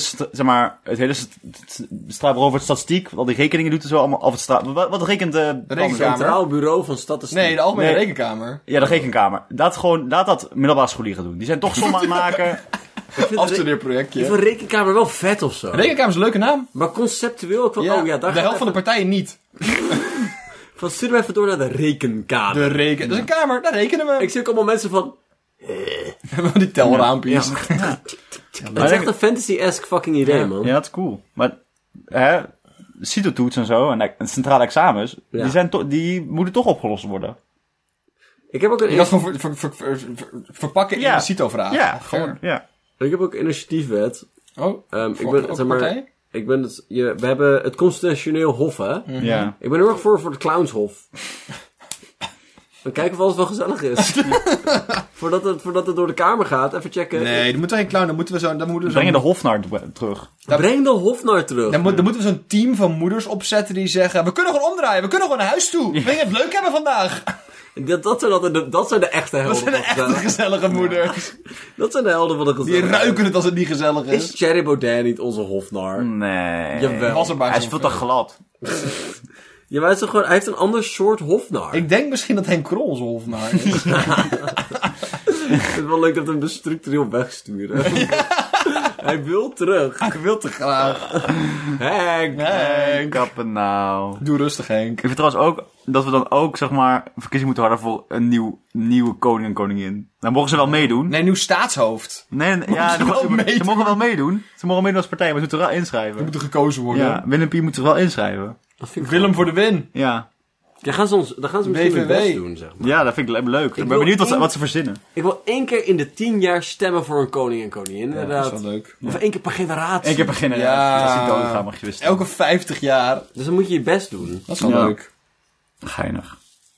Speaker 3: straat waarover het statistiek, al die rekeningen doet en zo allemaal, of het straat, wat rekent de
Speaker 2: Rekenkamer.
Speaker 1: Centraal Bureau van Statistiek.
Speaker 2: Nee, de Algemene
Speaker 3: Nee.
Speaker 2: Rekenkamer.
Speaker 3: Ja, de rekenkamer. Laat dat middelbare scholieren doen. Die zijn toch sommen aan het maken.
Speaker 2: Afstudeerprojectje.
Speaker 1: Ik vind Rekenkamer wel vet of zo.
Speaker 2: Rekenkamer is een leuke naam.
Speaker 1: Maar conceptueel ook wel.
Speaker 2: Ja,
Speaker 1: Oh ja, daar
Speaker 2: de helft van de partijen niet.
Speaker 1: Van stuur hem even door naar de Rekenkamer.
Speaker 2: Dat is een kamer, daar rekenen we.
Speaker 1: Ik zie ook allemaal mensen van...
Speaker 2: hebben die telraampjes.
Speaker 1: Het is echt een fantasy-esque fucking idee, man.
Speaker 3: Ja, dat is cool. Maar, CITO-toets en zo, en centrale examens,
Speaker 1: Ja.
Speaker 3: die moeten toch opgelost worden.
Speaker 1: Ik heb ook een,
Speaker 2: Je kan het gewoon verpakken in
Speaker 3: Ja.
Speaker 2: de CITO-vraag.
Speaker 3: Ja,
Speaker 2: Fair.
Speaker 3: gewoon, ja.
Speaker 1: ik heb ook een initiatiefwet.
Speaker 2: Oh,
Speaker 1: Ik ben, zeg maar, we hebben het constitutioneel hof, hè?
Speaker 3: Ja.
Speaker 1: Ik ben heel erg voor het clownshof. Dan kijken of alles wel gezellig is. voordat het door de kamer gaat, even checken.
Speaker 2: Nee, dan moeten we geen clown. Dan moeten we
Speaker 3: Breng je de hofnar terug.
Speaker 1: Breng de hofnar terug.
Speaker 2: Dan moeten we zo'n team van moeders opzetten die zeggen... We kunnen gewoon omdraaien, we kunnen gewoon naar huis toe. Wil je het leuk hebben vandaag?
Speaker 1: Dat zijn de echte helden.
Speaker 2: Dat zijn de echte gezellige moeders.
Speaker 1: Dat zijn de helden van de gezellige.
Speaker 2: Die ruiken het als het niet gezellig is.
Speaker 1: Is Thierry Baudet niet onze hofnar?
Speaker 3: Nee.
Speaker 1: Jawel.
Speaker 2: Was er maar
Speaker 3: Hij is
Speaker 2: zo
Speaker 3: veel te glad.
Speaker 1: Ja, maar hij heeft een ander soort hofnar.
Speaker 2: Ik denk misschien dat Henk Krol onze hofnar is.
Speaker 1: Ik vind het wel leuk dat we hem dus structureel wegsturen. Hij wil terug.
Speaker 2: Hij wil te graag.
Speaker 1: Henk.
Speaker 3: Kappen nou.
Speaker 2: Doe rustig, Henk.
Speaker 3: Ik vind trouwens ook dat we dan ook, zeg maar, verkiezing moeten houden voor een nieuwe koning en koningin. Dan mogen ze wel meedoen.
Speaker 2: Nee, nieuw staatshoofd.
Speaker 3: Nee, ja,
Speaker 2: ze wel meedoen?
Speaker 3: ze mogen wel meedoen. Ze mogen meedoen als partij, maar ze moeten er wel inschrijven.
Speaker 2: Die moeten gekozen worden.
Speaker 3: Ja, Willempie moet zich wel inschrijven.
Speaker 2: Willem voor de win.
Speaker 3: Ja.
Speaker 1: Dan gaan ze misschien hun best doen, zeg maar.
Speaker 3: Ja, dat vind ik leuk. Ik ben benieuwd wat ze verzinnen.
Speaker 1: Ik wil 1 keer in de 10 jaar stemmen voor een koning en koningin, inderdaad.
Speaker 2: Dat is wel leuk.
Speaker 1: Of 1 keer per generatie.
Speaker 3: Eén keer beginnen.
Speaker 2: Ja.
Speaker 3: Als die dood gaat, mag je weer stemmen.
Speaker 2: Elke 50 jaar.
Speaker 1: Dus dan moet je je best doen.
Speaker 2: Dat is wel
Speaker 3: Ja.
Speaker 2: leuk.
Speaker 3: Geinig.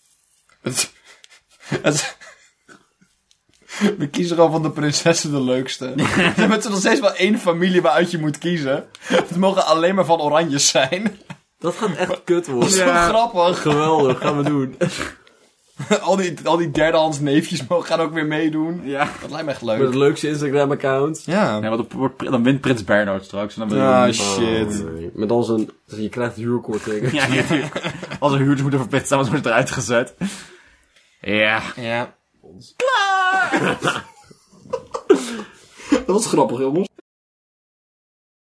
Speaker 2: We kiezen gewoon van de prinsessen de leukste. Er is nog steeds wel 1 familie waaruit je moet kiezen. Het mogen alleen maar van oranjes zijn.
Speaker 1: Dat gaat echt kut
Speaker 2: Dat
Speaker 1: worden.
Speaker 2: is zo grappig.
Speaker 1: Geweldig, gaan we doen.
Speaker 2: Al die derdehands neefjes gaan ook weer meedoen.
Speaker 3: Ja.
Speaker 2: Dat lijkt me echt
Speaker 1: Met
Speaker 2: leuk.
Speaker 1: het leukste Instagram-account.
Speaker 2: Ja.
Speaker 3: Ja, want dan wint Prins Bernhard straks. En dan wil je
Speaker 2: Ah,
Speaker 3: niet-
Speaker 2: shit.
Speaker 1: Oh, nee. Met al zijn... Dus je krijgt huurkorting.
Speaker 3: Ja, als er huurders moeten verplicht zijn, worden ze eruit gezet. Ja.
Speaker 2: Ja. Klaar! Dat was grappig, jongens.